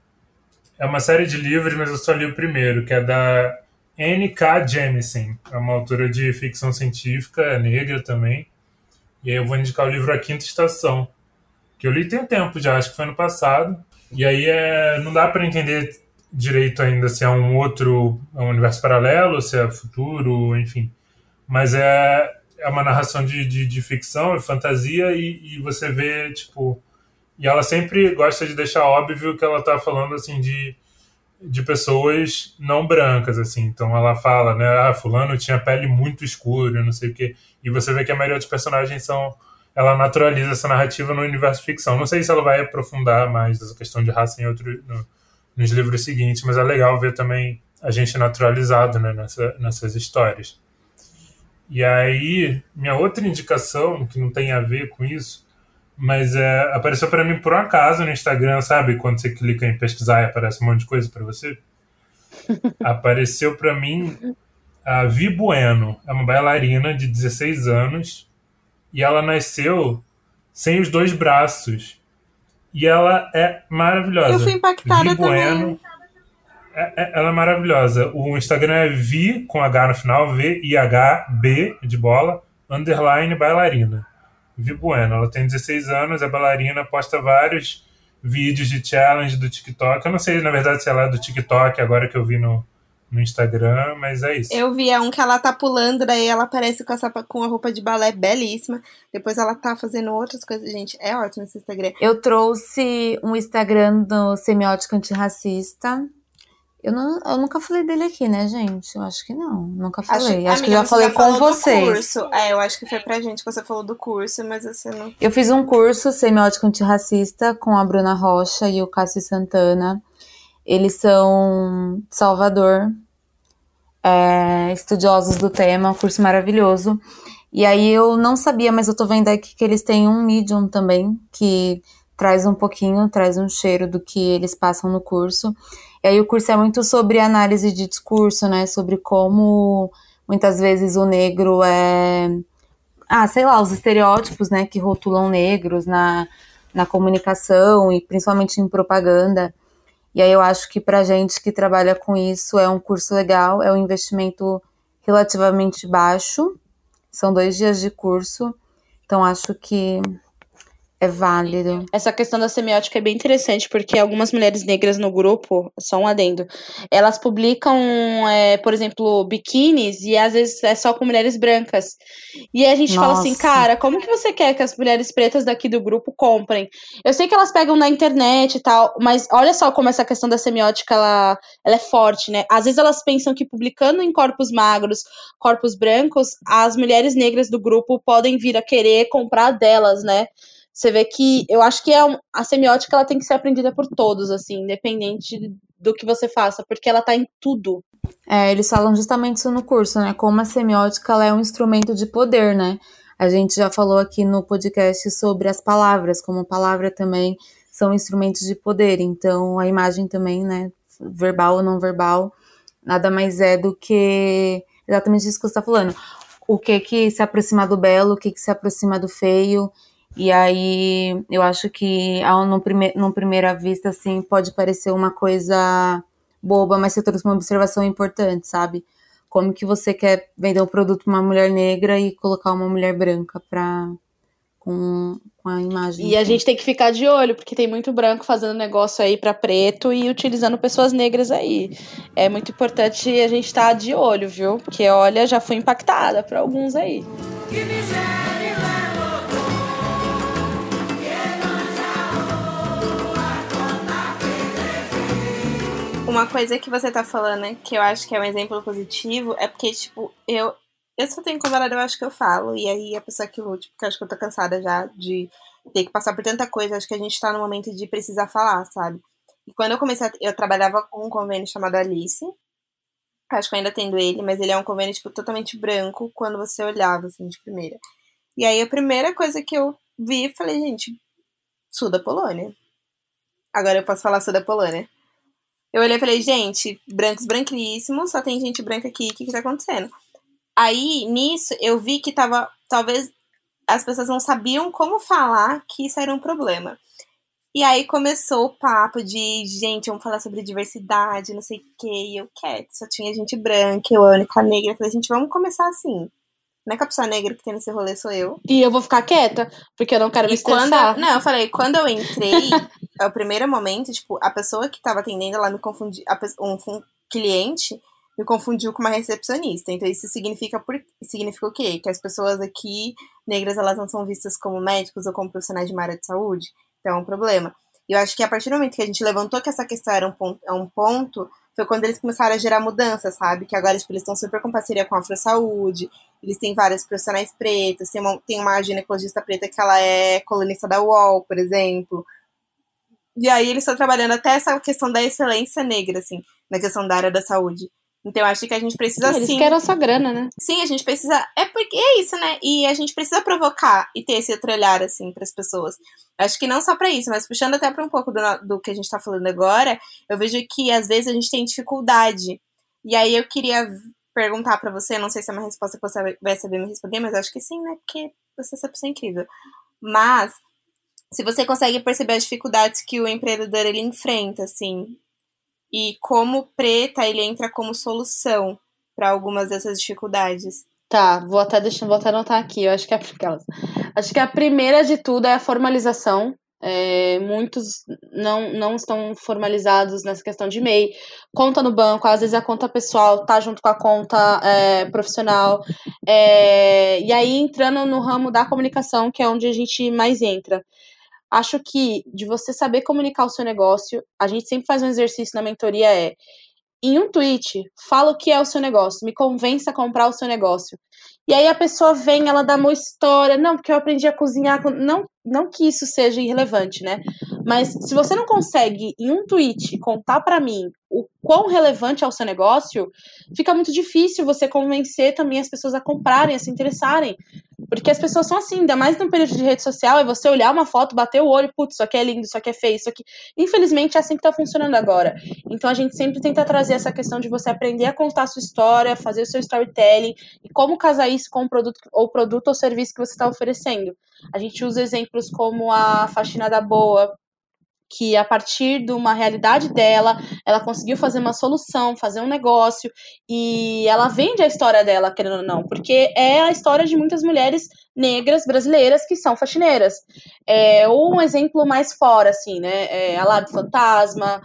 É uma série de livros, mas eu só li o primeiro, que é da... N K Jemisin, é uma autora de ficção científica, é negra também. E aí eu vou indicar o livro A Quinta Estação, que eu li tem um tempo já, acho que foi ano passado. E aí é, não dá para entender direito ainda se é um outro, é um universo paralelo, se é futuro, enfim. Mas é, é uma narração de, de, de ficção e fantasia e, e você vê, tipo... E ela sempre gosta de deixar óbvio que ela tá falando, assim, de... de pessoas não brancas, assim. Então ela fala, né, ah, fulano tinha pele muito escura, não sei o quê. E você vê que a maioria dos personagens são... Ela naturaliza essa narrativa no universo de ficção. Não sei se ela vai aprofundar mais essa questão de raça em outro, no, nos livros seguintes, mas é legal ver também a gente naturalizado, né, nessa, nessas histórias. E aí, minha outra indicação, que não tem a ver com isso, mas é, apareceu para mim por um acaso no Instagram, sabe? Quando você clica em pesquisar e aparece um monte de coisa para você. Apareceu para mim a Vi Bueno. É uma bailarina de dezesseis anos e ela nasceu sem os dois braços. E ela é maravilhosa. Eu fui impactada Vi Bueno, também. É, é, ela é maravilhosa. O Instagram é Vi, com H no final, V I H B de bola, underline bailarina. Vi Bueno, ela tem dezesseis anos, é bailarina, posta vários vídeos de challenge do TikTok. Eu não sei, na verdade, se ela é do TikTok, agora que eu vi no, no Instagram, mas é isso. Eu vi é um que ela tá pulando, daí ela aparece com, essa, com a roupa de balé belíssima. Depois ela tá fazendo outras coisas. Gente, é ótimo esse Instagram. Eu trouxe um Instagram do Semiótica Antirracista. Eu, não, eu nunca falei dele aqui, né, gente? Eu acho que não, nunca falei. Acho, acho que amiga, já falei já com vocês. Do curso. É, eu acho que foi pra gente que você falou do curso, mas você não... Eu fiz um curso Semiótica Antirracista com a Bruna Rocha e o Cássio Santana. Eles são de Salvador. é, estudiosos do tema, um curso maravilhoso. E aí eu não sabia, mas eu tô vendo aqui que eles têm um Medium também, que traz um pouquinho, traz um cheiro do que eles passam no curso. E aí o curso é muito sobre análise de discurso, né? Sobre como muitas vezes o negro é... Ah, sei lá, os estereótipos, né? Que rotulam negros na, na comunicação e principalmente em propaganda. E aí eu acho que pra gente que trabalha com isso é um curso legal, é um investimento relativamente baixo. São dois dias de curso, então acho que é válido. Essa questão da semiótica é bem interessante, porque algumas mulheres negras no grupo, só um adendo, elas publicam, é, por exemplo, biquínis, e às vezes é só com mulheres brancas. E aí a gente fala assim, Nossa. cara, como que você quer que as mulheres pretas daqui do grupo comprem? Eu sei que elas pegam na internet e tal, mas olha só como essa questão da semiótica, ela, ela é forte, né? Às vezes elas pensam que publicando em corpos magros, corpos brancos, as mulheres negras do grupo podem vir a querer comprar delas, né? Você vê que eu acho que é um, a semiótica ela tem que ser aprendida por todos, assim, independente do que você faça, porque ela tá em tudo. É, eles falam justamente isso no curso, né? Como a semiótica ela é um instrumento de poder, né? A gente já falou aqui no podcast sobre as palavras, como palavra também são instrumentos de poder. Então, a imagem também, né? Verbal ou não verbal, nada mais é do que exatamente isso que você está falando. O que que se aproxima do belo, o que que se aproxima do feio. E aí, eu acho que ao, no prime, numa primeira vista, assim, pode parecer uma coisa boba, mas você trouxe uma observação importante, sabe? Como que você quer vender um produto para uma mulher negra e colocar uma mulher branca pra, com, com a imagem. E a gente tem que ficar de olho, porque tem muito branco fazendo negócio aí para preto e utilizando pessoas negras aí. É muito importante a gente estar de olho, viu? Porque, olha, já fui impactada por alguns aí. Uma coisa que você tá falando, né, que eu acho que é um exemplo positivo, é porque, tipo, eu, eu só tenho convidado, eu acho que eu falo, e aí a pessoa que lute, porque eu acho que eu tô cansada já de ter que passar por tanta coisa, acho que a gente tá no momento de precisar falar, sabe? E quando eu comecei, a, eu trabalhava com um convênio chamado Alice, acho que eu ainda tendo ele, mas ele é um convênio, tipo, totalmente branco, quando você olhava, assim, de primeira. E aí a primeira coisa que eu vi, eu falei, gente, sul da Polônia. Agora eu posso falar sul da Polônia. Eu olhei e falei, gente, brancos branquíssimos, só tem gente branca aqui, o que que tá acontecendo? Aí, nisso, eu vi que tava, talvez as pessoas não sabiam como falar que isso era um problema. E aí começou o papo de, gente, vamos falar sobre diversidade, não sei o que, e eu quero, só tinha gente branca, eu a única negra, eu falei, gente, vamos começar assim. Não é que a pessoa negra que tem nesse rolê sou eu. E eu vou ficar quieta, porque eu não quero me E quando estressar. eu, não, eu falei, quando eu entrei, é o primeiro momento, tipo, a pessoa que tava atendendo, ela me confundiu, a pe- um, um cliente me confundiu com uma recepcionista. Então isso significa, por, significa o quê? Que as pessoas aqui, negras, elas não são vistas como médicos ou como profissionais de uma área de saúde. Então é um problema. E eu acho que a partir do momento que a gente levantou que essa questão era um ponto, é um ponto, foi quando eles começaram a gerar mudança, sabe? Que agora tipo, eles estão super com parceria com a Afro Saúde, eles têm várias profissionais pretas, tem uma, tem uma ginecologista preta que ela é colunista da U O L, por exemplo. E aí eles estão trabalhando até essa questão da excelência negra, assim, na questão da área da saúde. Então eu acho que a gente precisa, Eles sim... querem essa grana, né? Sim, a gente precisa... É porque é isso, né? E a gente precisa provocar e ter esse outro olhar, assim, para as pessoas. Acho que não só para isso, mas puxando até para um pouco do, do que a gente tá falando agora, eu vejo que, às vezes, a gente tem dificuldade. E aí eu queria perguntar para você, não sei se é uma resposta que você vai saber me responder, mas acho que sim, né? Porque você sempre é incrível. Mas, se você consegue perceber as dificuldades que o empreendedor, ele enfrenta, assim... E como preta, ele entra como solução para algumas dessas dificuldades. Tá, vou até, deixa, vou até anotar aqui. Eu acho que é aquelas. Acho que a primeira de tudo é a formalização. É, muitos não, não estão formalizados nessa questão de M E I. Conta no banco, às vezes a conta pessoal tá junto com a conta é, profissional. É, e aí, entrando no ramo da comunicação, que é onde a gente mais entra. Acho que de você saber comunicar o seu negócio, a gente sempre faz um exercício na mentoria, é em um tweet, fala o que é o seu negócio, me convença a comprar o seu negócio. E aí a pessoa vem, ela dá uma história, não, porque eu aprendi a cozinhar, não, não que isso seja irrelevante, né? Mas se você não consegue, em um tweet, contar pra mim o, quão relevante é o seu negócio, fica muito difícil você convencer também as pessoas a comprarem, a se interessarem. Porque as pessoas são assim, ainda mais no período de rede social, é você olhar uma foto, bater o olho, putz, isso aqui é lindo, isso aqui é feio, isso aqui... Infelizmente é assim que tá funcionando agora. Então a gente sempre tenta trazer essa questão de você aprender a contar a sua história, fazer o seu storytelling, e como casar isso com o produto ou produto ou serviço que você está oferecendo. A gente usa exemplos como a Faxina da Boa, que a partir de uma realidade dela, ela conseguiu fazer uma solução, fazer um negócio, e ela vende a história dela, querendo ou não, porque é a história de muitas mulheres negras brasileiras que são faxineiras. É, ou um exemplo mais fora, assim, né, é a Lab Fantasma,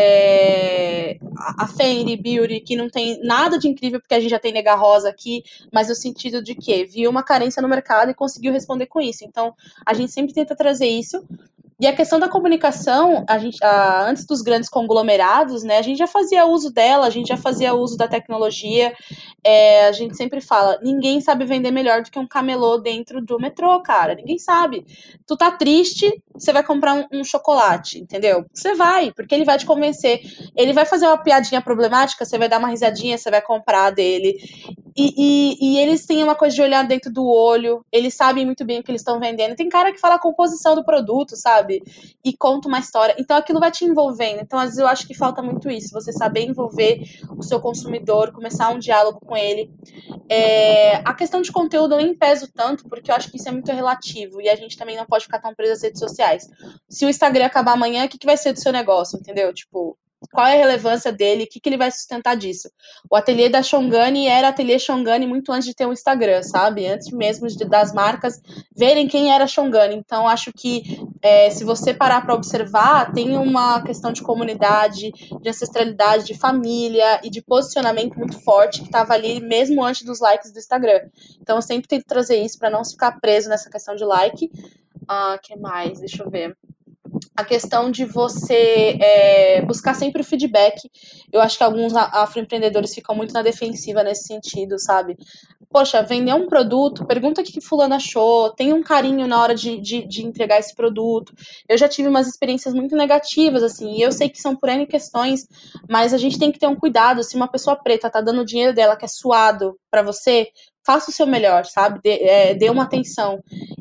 é, a Fendi Beauty, que não tem nada de incrível, porque a gente já tem nega rosa aqui, mas no sentido de que viu uma carência no mercado e conseguiu responder com isso. Então, a gente sempre tenta trazer isso. E a questão da comunicação, a gente, a, antes dos grandes conglomerados, né, a gente já fazia uso dela, a gente já fazia uso da tecnologia. É, a gente sempre fala, ninguém sabe vender melhor do que um camelô dentro do metrô, cara. Ninguém sabe. Tu tá triste, você vai comprar um, um chocolate, entendeu? Você vai, porque ele vai te convencer. Ele vai fazer uma piadinha problemática, você vai dar uma risadinha, você vai comprar dele. E, e, e eles têm uma coisa de olhar dentro do olho, eles sabem muito bem o que eles estão vendendo. Tem cara que fala a composição do produto, sabe? E conta uma história. Então aquilo vai te envolvendo. Então, às vezes, eu acho que falta muito isso. Você saber envolver o seu consumidor, começar um diálogo com ele. É... A questão de conteúdo eu nem peso tanto, porque eu acho que isso é muito relativo. E a gente também não pode ficar tão preso às redes sociais. Se o Instagram acabar amanhã, o que, que vai ser do seu negócio, entendeu? Tipo... Qual é a relevância dele? O que, que ele vai sustentar disso? O ateliê da Shongani era ateliê Shongani muito antes de ter um Instagram, sabe? Antes mesmo de, das marcas verem quem era Shongani. Então, acho que é, se você parar para observar, tem uma questão de comunidade, de ancestralidade, de família e de posicionamento muito forte que estava ali mesmo antes dos likes do Instagram. Então, eu sempre tento trazer isso para não ficar preso nessa questão de like. Ah, que mais? Deixa eu ver. A questão de você é, buscar sempre o feedback. Eu acho que alguns afroempreendedores ficam muito na defensiva nesse sentido, sabe? Poxa, vender um produto, pergunta o que fulano achou, tem um carinho na hora de, de, de entregar esse produto. Eu já tive umas experiências muito negativas, assim, e eu sei que são por N questões, mas a gente tem que ter um cuidado. Se uma pessoa preta tá dando o dinheiro dela que é suado pra você, faça o seu melhor, sabe? Dê, é, dê uma atenção.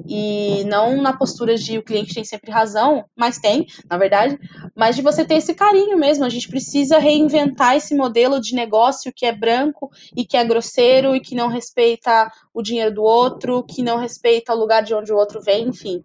E não na postura de o cliente tem sempre razão, mas tem, na verdade, mas de você ter esse carinho mesmo. A gente precisa reinventar esse modelo de negócio que é branco e que é grosseiro e que não respeita o dinheiro do outro, que não respeita o lugar de onde o outro vem, enfim.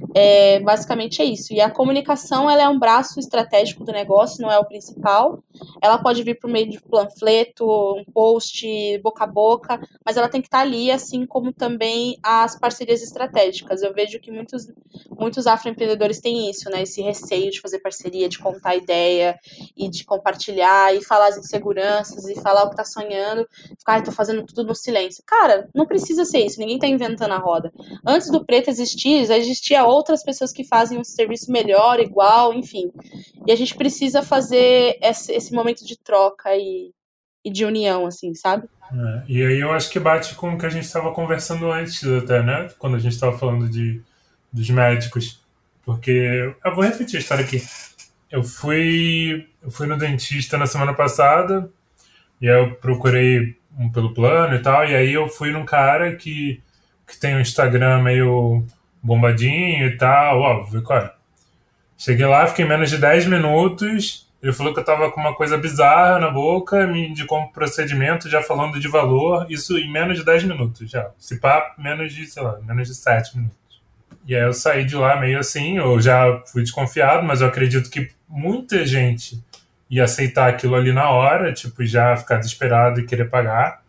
É, basicamente é isso. E a comunicação, ela é um braço estratégico do negócio, não é o principal. Ela pode vir por meio de panfleto, um post, boca a boca, mas ela tem que estar ali, assim como também as parcerias estratégicas. Eu vejo que muitos, muitos afroempreendedores têm isso, né? Esse receio de fazer parceria, de contar ideia e de compartilhar e falar as inseguranças e falar o que tá sonhando. Ficar, ai, tô fazendo tudo no silêncio. Cara, não precisa ser isso, ninguém tá inventando a roda. Antes do preto existir, já existia outras pessoas que fazem um serviço melhor, igual, enfim. E a gente precisa fazer esse, esse momento de troca e, e de união, assim, sabe? É, e aí eu acho que bate com o que a gente estava conversando antes até, né? Quando a gente estava falando de, dos médicos. Porque, eu vou repetir a história aqui. Eu fui, eu fui no dentista na semana passada, e aí eu procurei um pelo plano e tal, e aí eu fui num cara que, que tem um Instagram meio bombadinho e tal, óbvio, claro. Cheguei lá, fiquei menos de dez minutos, ele falou que eu tava com uma coisa bizarra na boca, me indicou um procedimento já falando de valor, isso em menos de dez minutos já. Se pá, menos de, sei lá, menos de sete minutos. E aí eu saí de lá meio assim, eu já fui desconfiado, mas eu acredito que muita gente ia aceitar aquilo ali na hora, tipo, já ficar desesperado e querer pagar.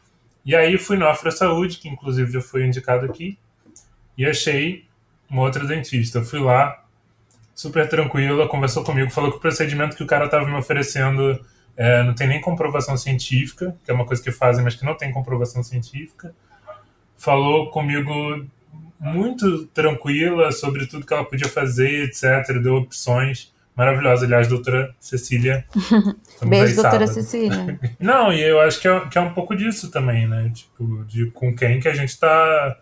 E aí fui no Afro Saúde, que inclusive já foi indicado aqui, e achei uma outra dentista. Eu fui lá, super tranquila, conversou comigo, falou que o procedimento que o cara estava me oferecendo é, não tem nem comprovação científica, que é uma coisa que fazem, mas que não tem comprovação científica. Falou comigo muito tranquila sobre tudo que ela podia fazer, etcétera. Deu opções maravilhosas. Aliás, doutora Cecília. Beijo, doutora Cecília. Não, e eu acho que é, que é um pouco disso também, né? Tipo, de com quem que a gente está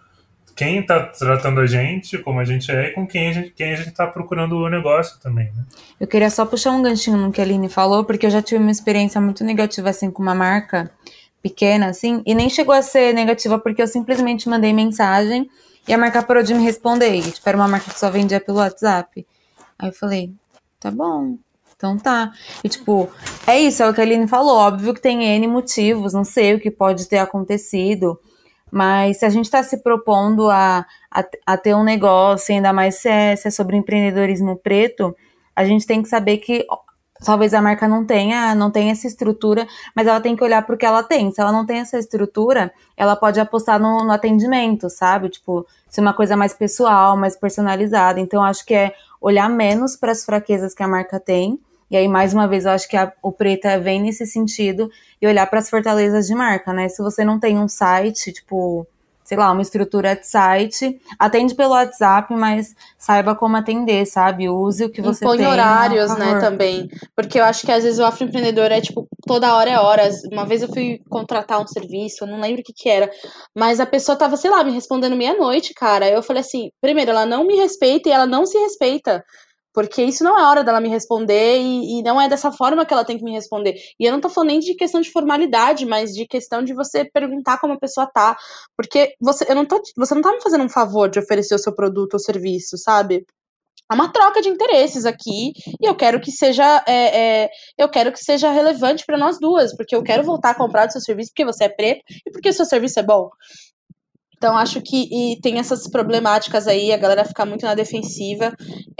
quem está tratando a gente, como a gente é, e com quem a gente quem a gente está procurando o negócio também, né? Eu queria só puxar um ganchinho no que a Aline falou, porque eu já tive uma experiência muito negativa, assim, com uma marca pequena, assim, e nem chegou a ser negativa porque eu simplesmente mandei mensagem e a marca parou de me responder. E, tipo, era uma marca que só vendia pelo WhatsApp. Aí eu falei, tá bom, então tá. E, tipo, é isso, é o que a Aline falou. Óbvio que tem N motivos, não sei o que pode ter acontecido, mas se a gente tá se propondo a, a, a ter um negócio, ainda mais se é, se é sobre empreendedorismo preto, a gente tem que saber que talvez a marca não tenha, não tenha essa estrutura, mas ela tem que olhar pro que ela tem. Se ela não tem essa estrutura, ela pode apostar no, no atendimento, sabe? Tipo, ser uma coisa mais pessoal, mais personalizada. Então, acho que é olhar menos para as fraquezas que a marca tem. E aí, mais uma vez, eu acho que a, o Preta vem nesse sentido e olhar para as fortalezas de marca, né? Se você não tem um site, tipo, sei lá, uma estrutura de site, atende pelo WhatsApp, mas saiba como atender, sabe? Use o que você Impõe tem. horários, por né, favor. também. Porque eu acho que às vezes o afroempreendedor é tipo, toda hora é horas. Uma vez eu fui contratar um serviço, eu não lembro o que que era, mas a pessoa tava, sei lá, me respondendo meia-noite, cara. Eu falei assim, primeiro, ela não me respeita e ela não se respeita. Porque isso não é hora dela me responder e, e não é dessa forma que ela tem que me responder. E eu não tô falando nem de questão de formalidade, mas de questão de você perguntar como a pessoa tá. Porque você, eu não tô, você não tá me fazendo um favor de oferecer o seu produto ou serviço, sabe? É uma troca de interesses aqui e eu quero que seja é, é, eu quero que seja relevante para nós duas, porque eu quero voltar a comprar do seu serviço porque você é preto e porque o seu serviço é bom. Então, acho que e tem essas problemáticas aí, a galera fica muito na defensiva.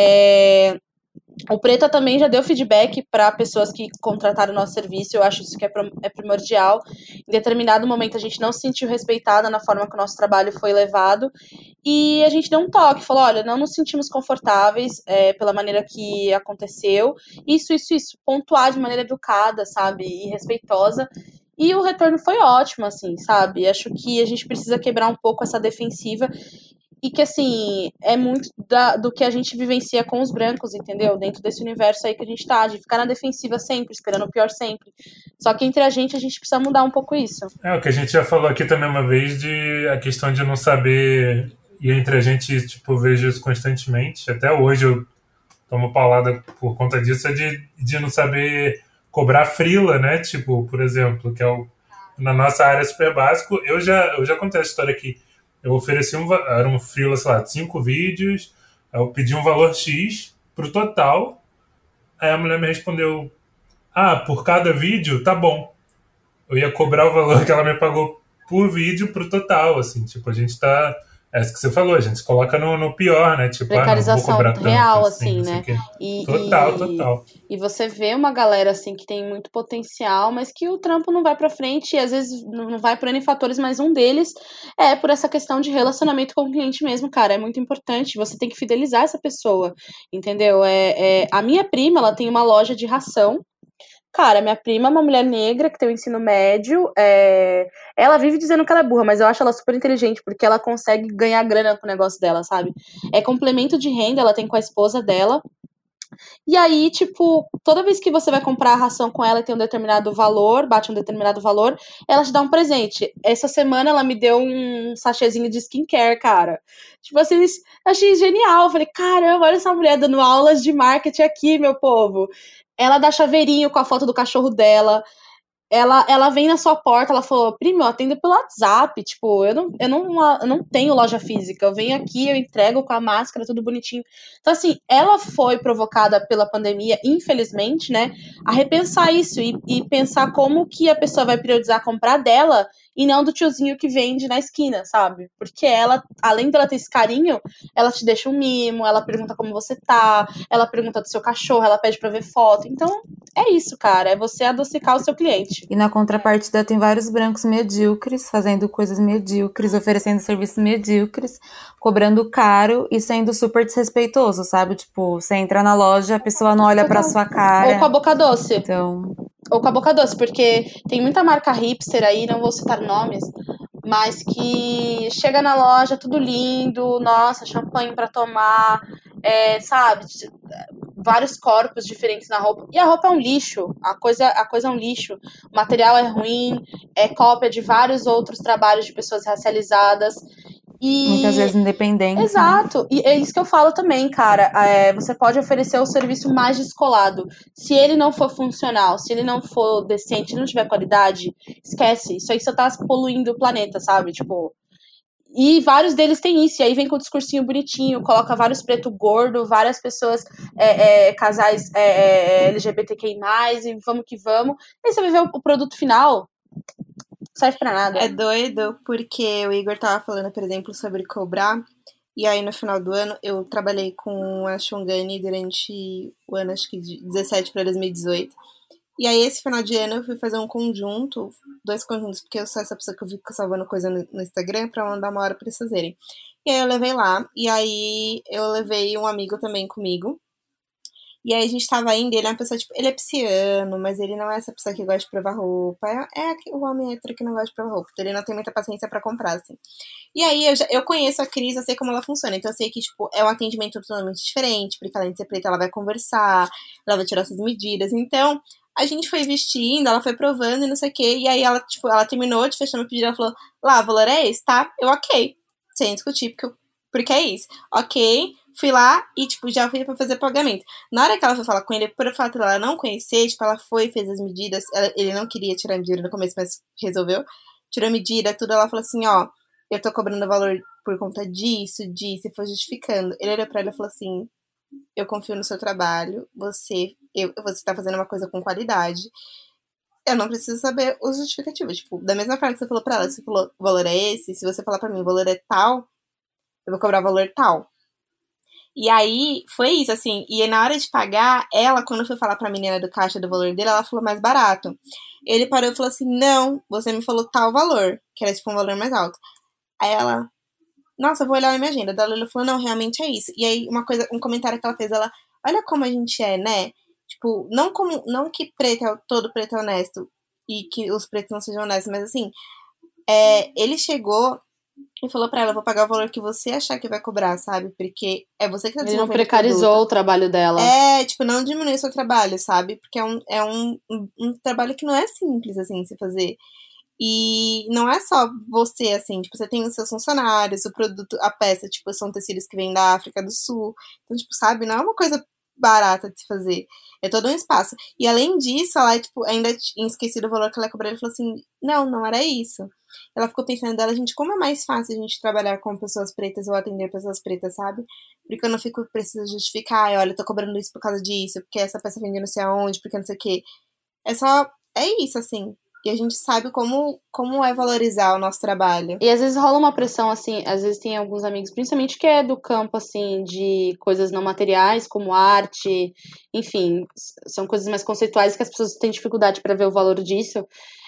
É, o Preta também já deu feedback para pessoas que contrataram o nosso serviço, eu acho isso que é, é primordial. Em determinado momento a gente não se sentiu respeitada na forma que o nosso trabalho foi levado, e a gente deu um toque, falou, olha, não nos sentimos confortáveis é, pela maneira que aconteceu, isso, isso, isso, pontuar de maneira educada, sabe, e respeitosa, e o retorno foi ótimo, assim, sabe, acho que a gente precisa quebrar um pouco essa defensiva, e que, assim, é muito da, do que a gente vivencia com os brancos, entendeu? Dentro desse universo aí que a gente tá, de ficar na defensiva sempre, esperando o pior sempre. Só que entre a gente, a gente precisa mudar um pouco isso. É, o que a gente já falou aqui também uma vez, de a questão de não saber, e entre a gente, tipo, vejo isso constantemente, até hoje eu tomo paulada por conta disso, é de, de não saber cobrar frila, né? Tipo, por exemplo, que é o, na nossa área super básico, eu já, eu já contei a história aqui. Eu ofereci um, era um frila, sei lá, de cinco vídeos, eu pedi um valor X pro total, aí a mulher me respondeu, ah, por cada vídeo, tá bom. Eu ia cobrar o valor que ela me pagou por vídeo pro total, assim, tipo, a gente tá, é isso que você falou, a gente se coloca no, no pior, né, tipo, precarização ah, não vou cobrar tanto, real, assim, assim, né? E, total, e, total. E você vê uma galera, assim, que tem muito potencial, mas que o trampo não vai pra frente, e às vezes não vai por N fatores, mas um deles é por essa questão de relacionamento com o cliente mesmo, cara, é muito importante, você tem que fidelizar essa pessoa, entendeu? É, é, a minha prima, ela tem uma loja de ração. Cara, minha prima é uma mulher negra que tem o ensino médio, é... ela vive dizendo que ela é burra, mas eu acho ela super inteligente, porque ela consegue ganhar grana com o negócio dela, sabe? É complemento de renda, ela tem com a esposa dela. E aí, tipo, toda vez que você vai comprar a ração com ela e tem um determinado valor, bate um determinado valor, ela te dá um presente. Essa semana ela me deu um sachêzinho de skincare, cara. Tipo assim, achei genial. Eu falei, caramba, olha essa mulher dando aulas de marketing aqui, meu povo. Ela dá chaveirinho com a foto do cachorro dela. Ela, ela vem na sua porta, ela falou, primo, eu atendo pelo WhatsApp, tipo, eu não, eu, não, eu não tenho loja física, eu venho aqui, eu entrego com a máscara, tudo bonitinho. Então, assim, ela foi provocada pela pandemia, infelizmente, né, a repensar isso e, e pensar como que a pessoa vai priorizar comprar dela e não do tiozinho que vende na esquina, sabe? Porque ela, além dela ter esse carinho, ela te deixa um mimo, ela pergunta como você tá, ela pergunta do seu cachorro, ela pede pra ver foto. Então, é isso, cara, é você adocicar o seu cliente. E na contrapartida tem vários brancos medíocres, fazendo coisas medíocres, oferecendo serviços medíocres, cobrando caro e sendo super desrespeitoso, sabe? Tipo, você entra na loja, a pessoa não olha pra sua cara. Ou com a boca doce. Então... Ou com a boca doce, porque tem muita marca hipster aí, não vou citar nomes, mas que chega na loja tudo lindo, nossa, champanhe pra tomar, é, sabe, vários corpos diferentes na roupa, e a roupa é um lixo, a coisa, a coisa é um lixo, o material é ruim, é cópia de vários outros trabalhos de pessoas racializadas, E... Muitas vezes independente. Exato, e é isso que eu falo também, cara. É, você pode oferecer o serviço mais descolado. Se ele não for funcional, se ele não for decente, não tiver qualidade, esquece. Isso aí só tá poluindo o planeta, sabe? Tipo. E vários deles têm isso, e aí vem com o discursinho bonitinho, coloca vários preto gordo, várias pessoas, é, é, casais é, L G B T Q I mais, e vamos que vamos. E aí você vai ver o, o produto final, não serve pra nada. É doido, porque o Igor tava falando, por exemplo, sobre cobrar, e aí no final do ano eu trabalhei com a Shongani durante o ano, acho que de dezessete para dois mil e dezoito. E aí, esse final de ano, eu fui fazer um conjunto, dois conjuntos, porque eu sou essa pessoa que eu fico salvando coisa no, no Instagram pra mandar uma hora pra eles fazerem. E aí, eu levei lá, e aí eu levei um amigo também comigo. E aí, a gente tava indo, ele é uma pessoa, tipo, ele é pisciano, mas ele não é essa pessoa que gosta de provar roupa. É, é o homem hétero que não gosta de provar roupa, então ele não tem muita paciência pra comprar, assim. E aí, eu, já, eu conheço a Cris, eu sei como ela funciona, então eu sei que, tipo, é um atendimento totalmente diferente, porque além de ser preta, ela vai conversar, ela vai tirar suas medidas, então... A gente foi vestindo, ela foi provando e não sei o que. E aí ela, tipo, ela terminou de fechar meu pedido. Ela falou, lá, o valor é esse, tá? Eu, ok. Sem discutir, porque, eu, porque é isso. Ok. Fui lá e, tipo, já fui pra fazer pagamento. Na hora que ela foi falar com ele, por fato dela não conhecer, tipo, ela foi, fez as medidas. Ela, ele não queria tirar a medida no começo, mas resolveu. Tirou a medida, tudo. Ela falou assim, ó, eu tô cobrando valor por conta disso, disso. E foi justificando. Ele olhou pra ela e falou assim, eu confio no seu trabalho. Você... Eu, você tá fazendo uma coisa com qualidade. Eu não preciso saber os justificativos. Tipo, da mesma forma que você falou pra ela, você falou, o valor é esse, se você falar pra mim, o valor é tal, eu vou cobrar o valor tal. E aí, foi isso, assim. E na hora de pagar, ela, quando foi falar pra menina do caixa do valor dele, ela falou mais barato. Ele parou e falou assim, não, você me falou tal valor, que era, tipo, um valor mais alto. Aí ela, nossa, eu vou olhar na minha agenda. Daí ela falou, não, realmente é isso. E aí, uma coisa, um comentário que ela fez, ela, olha como a gente é, né? Tipo, não como, não que preto é, todo preto é honesto e que os pretos não sejam honestos, mas assim, é, ele chegou e falou pra ela, vou pagar o valor que você achar que vai cobrar, sabe? Porque é você que tá Ele não desenvolvendo precarizou o trabalho dela. É, tipo, não diminui o seu trabalho, sabe? Porque é um, é um, um, um trabalho que não é simples, assim, se fazer. E não é só você, assim, tipo, você tem os seus funcionários, o produto, a peça, tipo, são tecidos que vêm da África do Sul. Então, tipo, sabe, não é uma coisa barata de se fazer. É todo um espaço. E além disso, ela, tipo, ainda tinha esquecido o valor que ela ia cobrar. Ele falou assim, não, não era isso. Ela ficou pensando dela, gente, como é mais fácil a gente trabalhar com pessoas pretas ou atender pessoas pretas, sabe? Porque eu não fico precisando justificar, olha, eu tô cobrando isso por causa disso, porque essa peça vende não sei aonde, porque não sei o quê. É só, é isso, assim. E a gente sabe como, como é valorizar o nosso trabalho. E às vezes rola uma pressão, assim, às vezes tem alguns amigos, principalmente que é do campo, assim, de coisas não materiais, como arte, enfim, são coisas mais conceituais que as pessoas têm dificuldade para ver o valor disso.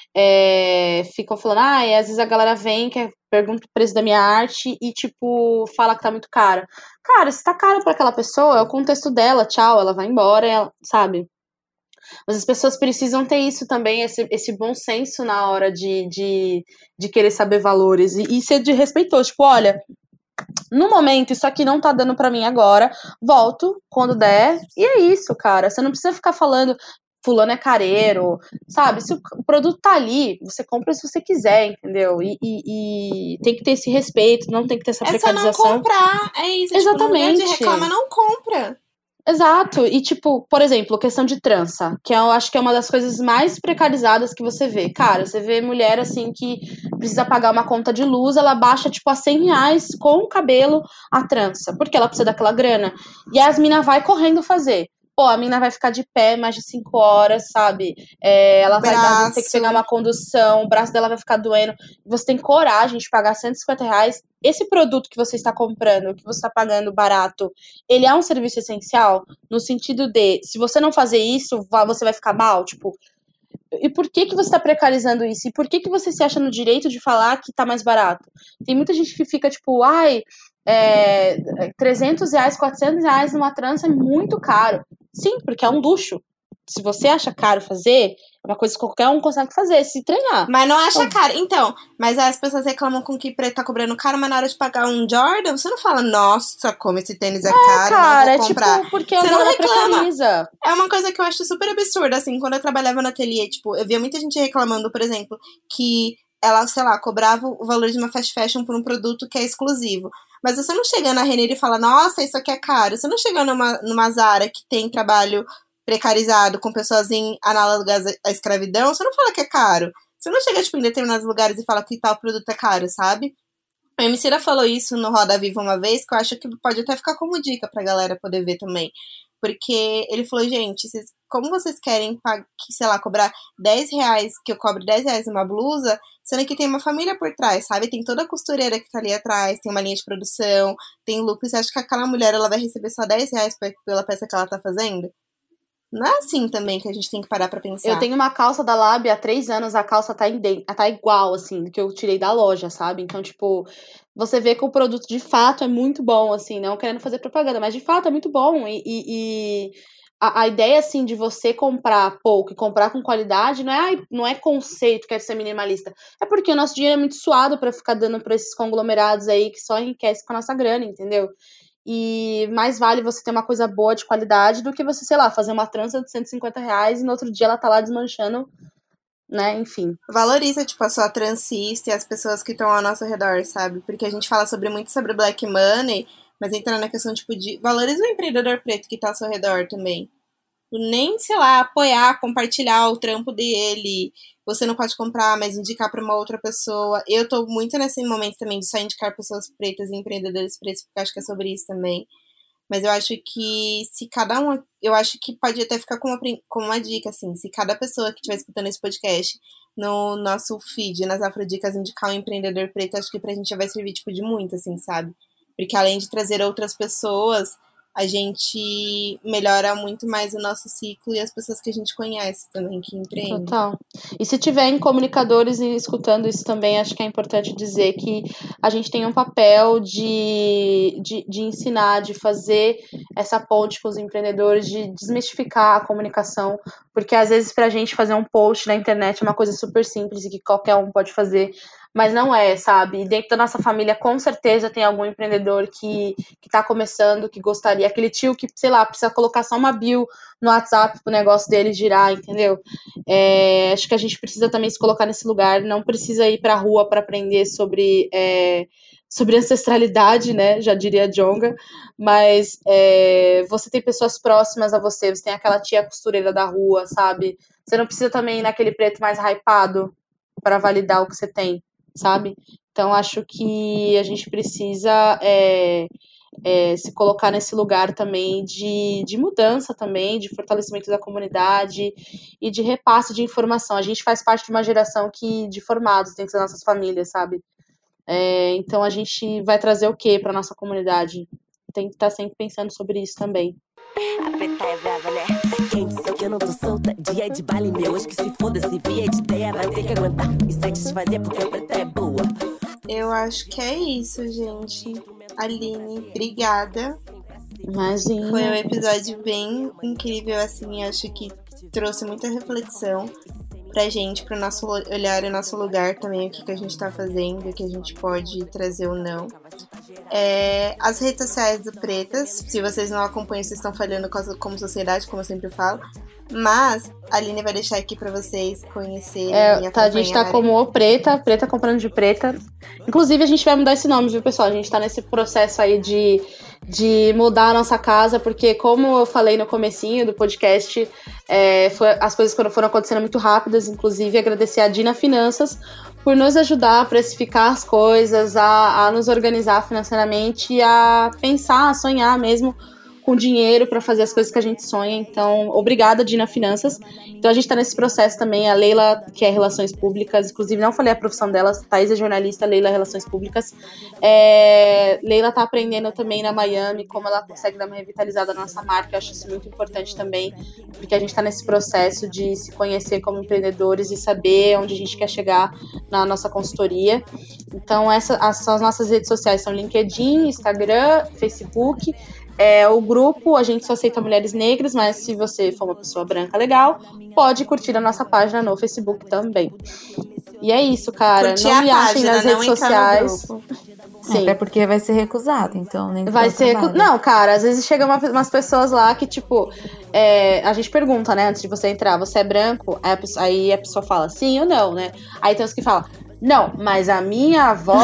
É, ficam falando, ah, e às vezes a galera vem, quer, pergunta o preço da minha arte e, tipo, fala que tá muito caro. Cara, se tá caro pra aquela pessoa, é o contexto dela, tchau, ela vai embora, ela, sabe? Mas as pessoas precisam ter isso também, esse, esse bom senso na hora de, de, de querer saber valores. E, e ser de respeitoso, tipo, olha, no momento isso aqui não tá dando pra mim agora, volto quando der, e é isso, cara. Você não precisa ficar falando, fulano é careiro, sabe? Se o produto tá ali, você compra se você quiser, entendeu? E, e, e tem que ter esse respeito, não tem que ter essa é precarização. É só não comprar, é isso. Exatamente. Tipo, no de reclama, não compra. Exato, e tipo, por exemplo, questão de trança, que eu acho que é uma das coisas mais precarizadas que você vê. Cara, você vê mulher assim que precisa pagar uma conta de luz, ela baixa tipo a cem reais com o cabelo a trança, porque ela precisa daquela grana. E as minas vai correndo fazer. Pô, a mina vai ficar de pé mais de cinco horas, sabe? É, ela vai dar, ter que pegar uma condução, o braço dela vai ficar doendo. Você tem coragem de pagar cento e cinquenta reais. Esse produto que você está comprando, que você está pagando barato, ele é um serviço essencial? No sentido de, se você não fazer isso, você vai ficar mal? Tipo, e por que que você está precarizando isso? E por que que você se acha no direito de falar que tá mais barato? Tem muita gente que fica tipo, ai, é, trezentos reais, quatrocentos reais numa trança é muito caro. Sim, porque é um luxo. Se você acha caro fazer, é uma coisa que qualquer um consegue fazer, se treinar. Mas não acha caro. Então, mas as pessoas reclamam com que preto tá cobrando caro, mas na hora de pagar um Jordan, você não fala, nossa, como esse tênis é, é caro, cara, não vou comprar. É tipo, porque você não reclama. Precariza. É uma coisa que eu acho super absurda, assim, quando eu trabalhava no ateliê, tipo, eu via muita gente reclamando, por exemplo, que ela, sei lá, cobrava o valor de uma fast fashion por um produto que é exclusivo. Mas você não chega na Renner e fala, nossa, isso aqui é caro. Você não chega numa, numa Zara que tem trabalho precarizado com pessoas em análogas à escravidão, você não fala que é caro. Você não chega, tipo, em determinados lugares e fala que tal produto é caro, sabe? A Emicida falou isso no Roda Viva uma vez, que eu acho que pode até ficar como dica pra galera poder ver também. Porque ele falou, gente, vocês, como vocês querem, sei lá, cobrar dez reais, que eu cobre dez reais numa blusa, sendo que tem uma família por trás, sabe? Tem toda a costureira que tá ali atrás, tem uma linha de produção, tem lucro. Você acha que aquela mulher, ela vai receber só dez reais pela peça que ela tá fazendo? Não é assim também que a gente tem que parar pra pensar. Eu tenho uma calça da Lab há três anos, a calça tá, inde... tá igual, assim, do que eu tirei da loja, sabe? Então, tipo, você vê que o produto de fato é muito bom, assim, não querendo fazer propaganda, mas de fato é muito bom. E, e, e a, a ideia, assim, de você comprar pouco e comprar com qualidade não é, não é conceito, quer ser minimalista. É porque o nosso dinheiro é muito suado pra ficar dando pra esses conglomerados aí que só enriquecem com a nossa grana, entendeu? E mais vale você ter uma coisa boa de qualidade do que você, sei lá, fazer uma trança de cento e cinquenta reais e no outro dia ela tá lá desmanchando, né, enfim. Valoriza, tipo, a sua transista e as pessoas que estão ao nosso redor, sabe? Porque a gente fala sobre muito sobre Black Money, mas entra na questão, tipo, de valoriza o empreendedor preto que tá ao seu redor também. Nem, sei lá, apoiar, compartilhar o trampo dele. Você não pode comprar, mas indicar para uma outra pessoa. Eu tô muito nesse momento também de só indicar pessoas pretas e empreendedores pretos, porque acho que é sobre isso também. Mas eu acho que se cada um... Eu acho que pode até ficar com uma, com uma dica, assim. Se cada pessoa que estiver escutando esse podcast no nosso feed, nas Afrodicas, indicar um empreendedor preto, acho que pra gente já vai servir, tipo, de muito, assim, sabe? Porque além de trazer outras pessoas, a gente melhora muito mais o nosso ciclo e as pessoas que a gente conhece também, que empreendem. Total. E se tiverem comunicadores e escutando isso também, acho que é importante dizer que a gente tem um papel de, de, de ensinar, de fazer essa ponte com os empreendedores, de desmistificar a comunicação, porque às vezes pra gente fazer um post na internet é uma coisa super simples e que qualquer um pode fazer, mas não é, sabe? E dentro da nossa família, com certeza, tem algum empreendedor que, que tá começando, que gostaria, aquele tio que, sei lá, precisa colocar só uma bio no WhatsApp pro negócio dele girar, entendeu? É, acho que a gente precisa também se colocar nesse lugar, não precisa ir pra rua para aprender sobre, é, sobre ancestralidade, né? Já diria a Djonga, mas é, você tem pessoas próximas a você, você tem aquela tia costureira da rua, sabe? Você não precisa também ir naquele preto mais hypado para validar o que você tem, sabe? Então, acho que a gente precisa é, é, se colocar nesse lugar também de, de mudança também, de fortalecimento da comunidade e de repasse de informação. A gente faz parte de uma geração que, de formados dentro das nossas famílias, sabe? É, então, a gente vai trazer o quê para nossa comunidade? Tem que estar sempre pensando sobre isso também. A preta é brava, né? Quem disse que eu não tô solta? Dia de baile meu, hoje que se foda, se vier de ideia, vai ter que aguentar e satisfazer porque a preta é boa. Eu acho que é isso, gente. Aline, obrigada. Imagina. Foi um episódio bem incrível, assim, acho que trouxe muita reflexão pra gente, pro nosso olhar e nosso lugar também, o que, que a gente tá fazendo, o que a gente pode trazer ou não. É, as redes sociais do Pretas, se vocês não acompanham, vocês estão falhando como sociedade, como eu sempre falo, mas a Aline vai deixar aqui pra vocês conhecerem é, e tá, a gente tá como o Preta, Preta comprando de Preta. Inclusive, a gente vai mudar esse nome, viu, pessoal? A gente tá nesse processo aí de, de mudar a nossa casa, porque como eu falei no comecinho do podcast, é, foi, as coisas foram, foram acontecendo muito rápidas, inclusive agradecer a Dina Finanças por nos ajudar a precificar as coisas, a, a nos organizar financeiramente e a pensar, a sonhar mesmo com dinheiro para fazer as coisas que a gente sonha. Então, obrigada, Dina Finanças. Então, a gente está nesse processo também. A Leila, que é Relações Públicas, inclusive não falei a profissão dela, Thaís é jornalista, Leila é Relações Públicas. É, Leila está aprendendo também na Miami como ela consegue dar uma revitalizada na nossa marca. Eu acho isso muito importante também, porque a gente está nesse processo de se conhecer como empreendedores e saber onde a gente quer chegar na nossa consultoria. Então, essas são as nossas redes sociais, são LinkedIn, Instagram, Facebook. É, o grupo, a gente só aceita mulheres negras, mas se você for uma pessoa branca legal, pode curtir a nossa página no Facebook também. E é isso, cara. Curtir não a me achem página, nas não redes entrar sociais. no grupo. Sim. Até porque vai ser recusado, então nem Vai ser recu... Não, cara, às vezes chegam uma, umas pessoas lá que, tipo, é, a gente pergunta, né, antes de você entrar, você é branco? Aí a, pessoa, aí a pessoa fala sim ou não, né? Aí tem uns que falam, Não, mas a minha avó...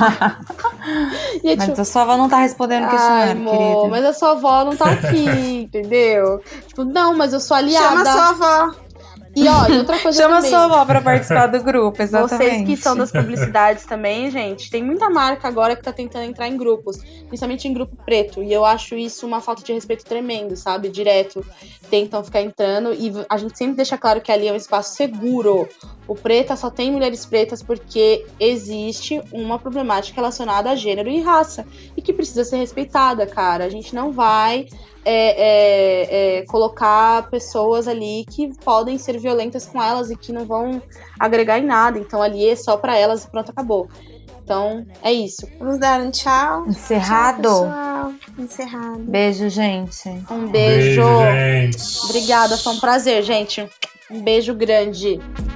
e é, Mas tipo, a sua avó não tá respondendo o questionário, ai, amor, querida. mas a sua avó não tá aqui, entendeu? Tipo, não, mas eu sou aliada. Chama sua avó. E ó, e outra coisa Chama também. sua avó pra participar do grupo, exatamente. Vocês que são das publicidades também, gente, tem muita marca agora que tá tentando entrar em grupos, principalmente em grupo preto, e eu acho isso uma falta de respeito tremendo, sabe? Direto tentam ficar entrando, e a gente sempre deixa claro que ali é um espaço seguro. O Preta só tem mulheres pretas porque existe uma problemática relacionada a gênero e raça, e que precisa ser respeitada, cara. A gente não vai... É, é, é, colocar pessoas ali que podem ser violentas com elas e que não vão agregar em nada. Então ali é só pra elas e pronto, acabou. Então é isso. Vamos dar um tchau. Encerrado. Tchau, pessoal. Encerrado. Beijo, gente. Um beijo. Beijo, gente. Obrigada, foi um prazer, gente. Um beijo grande.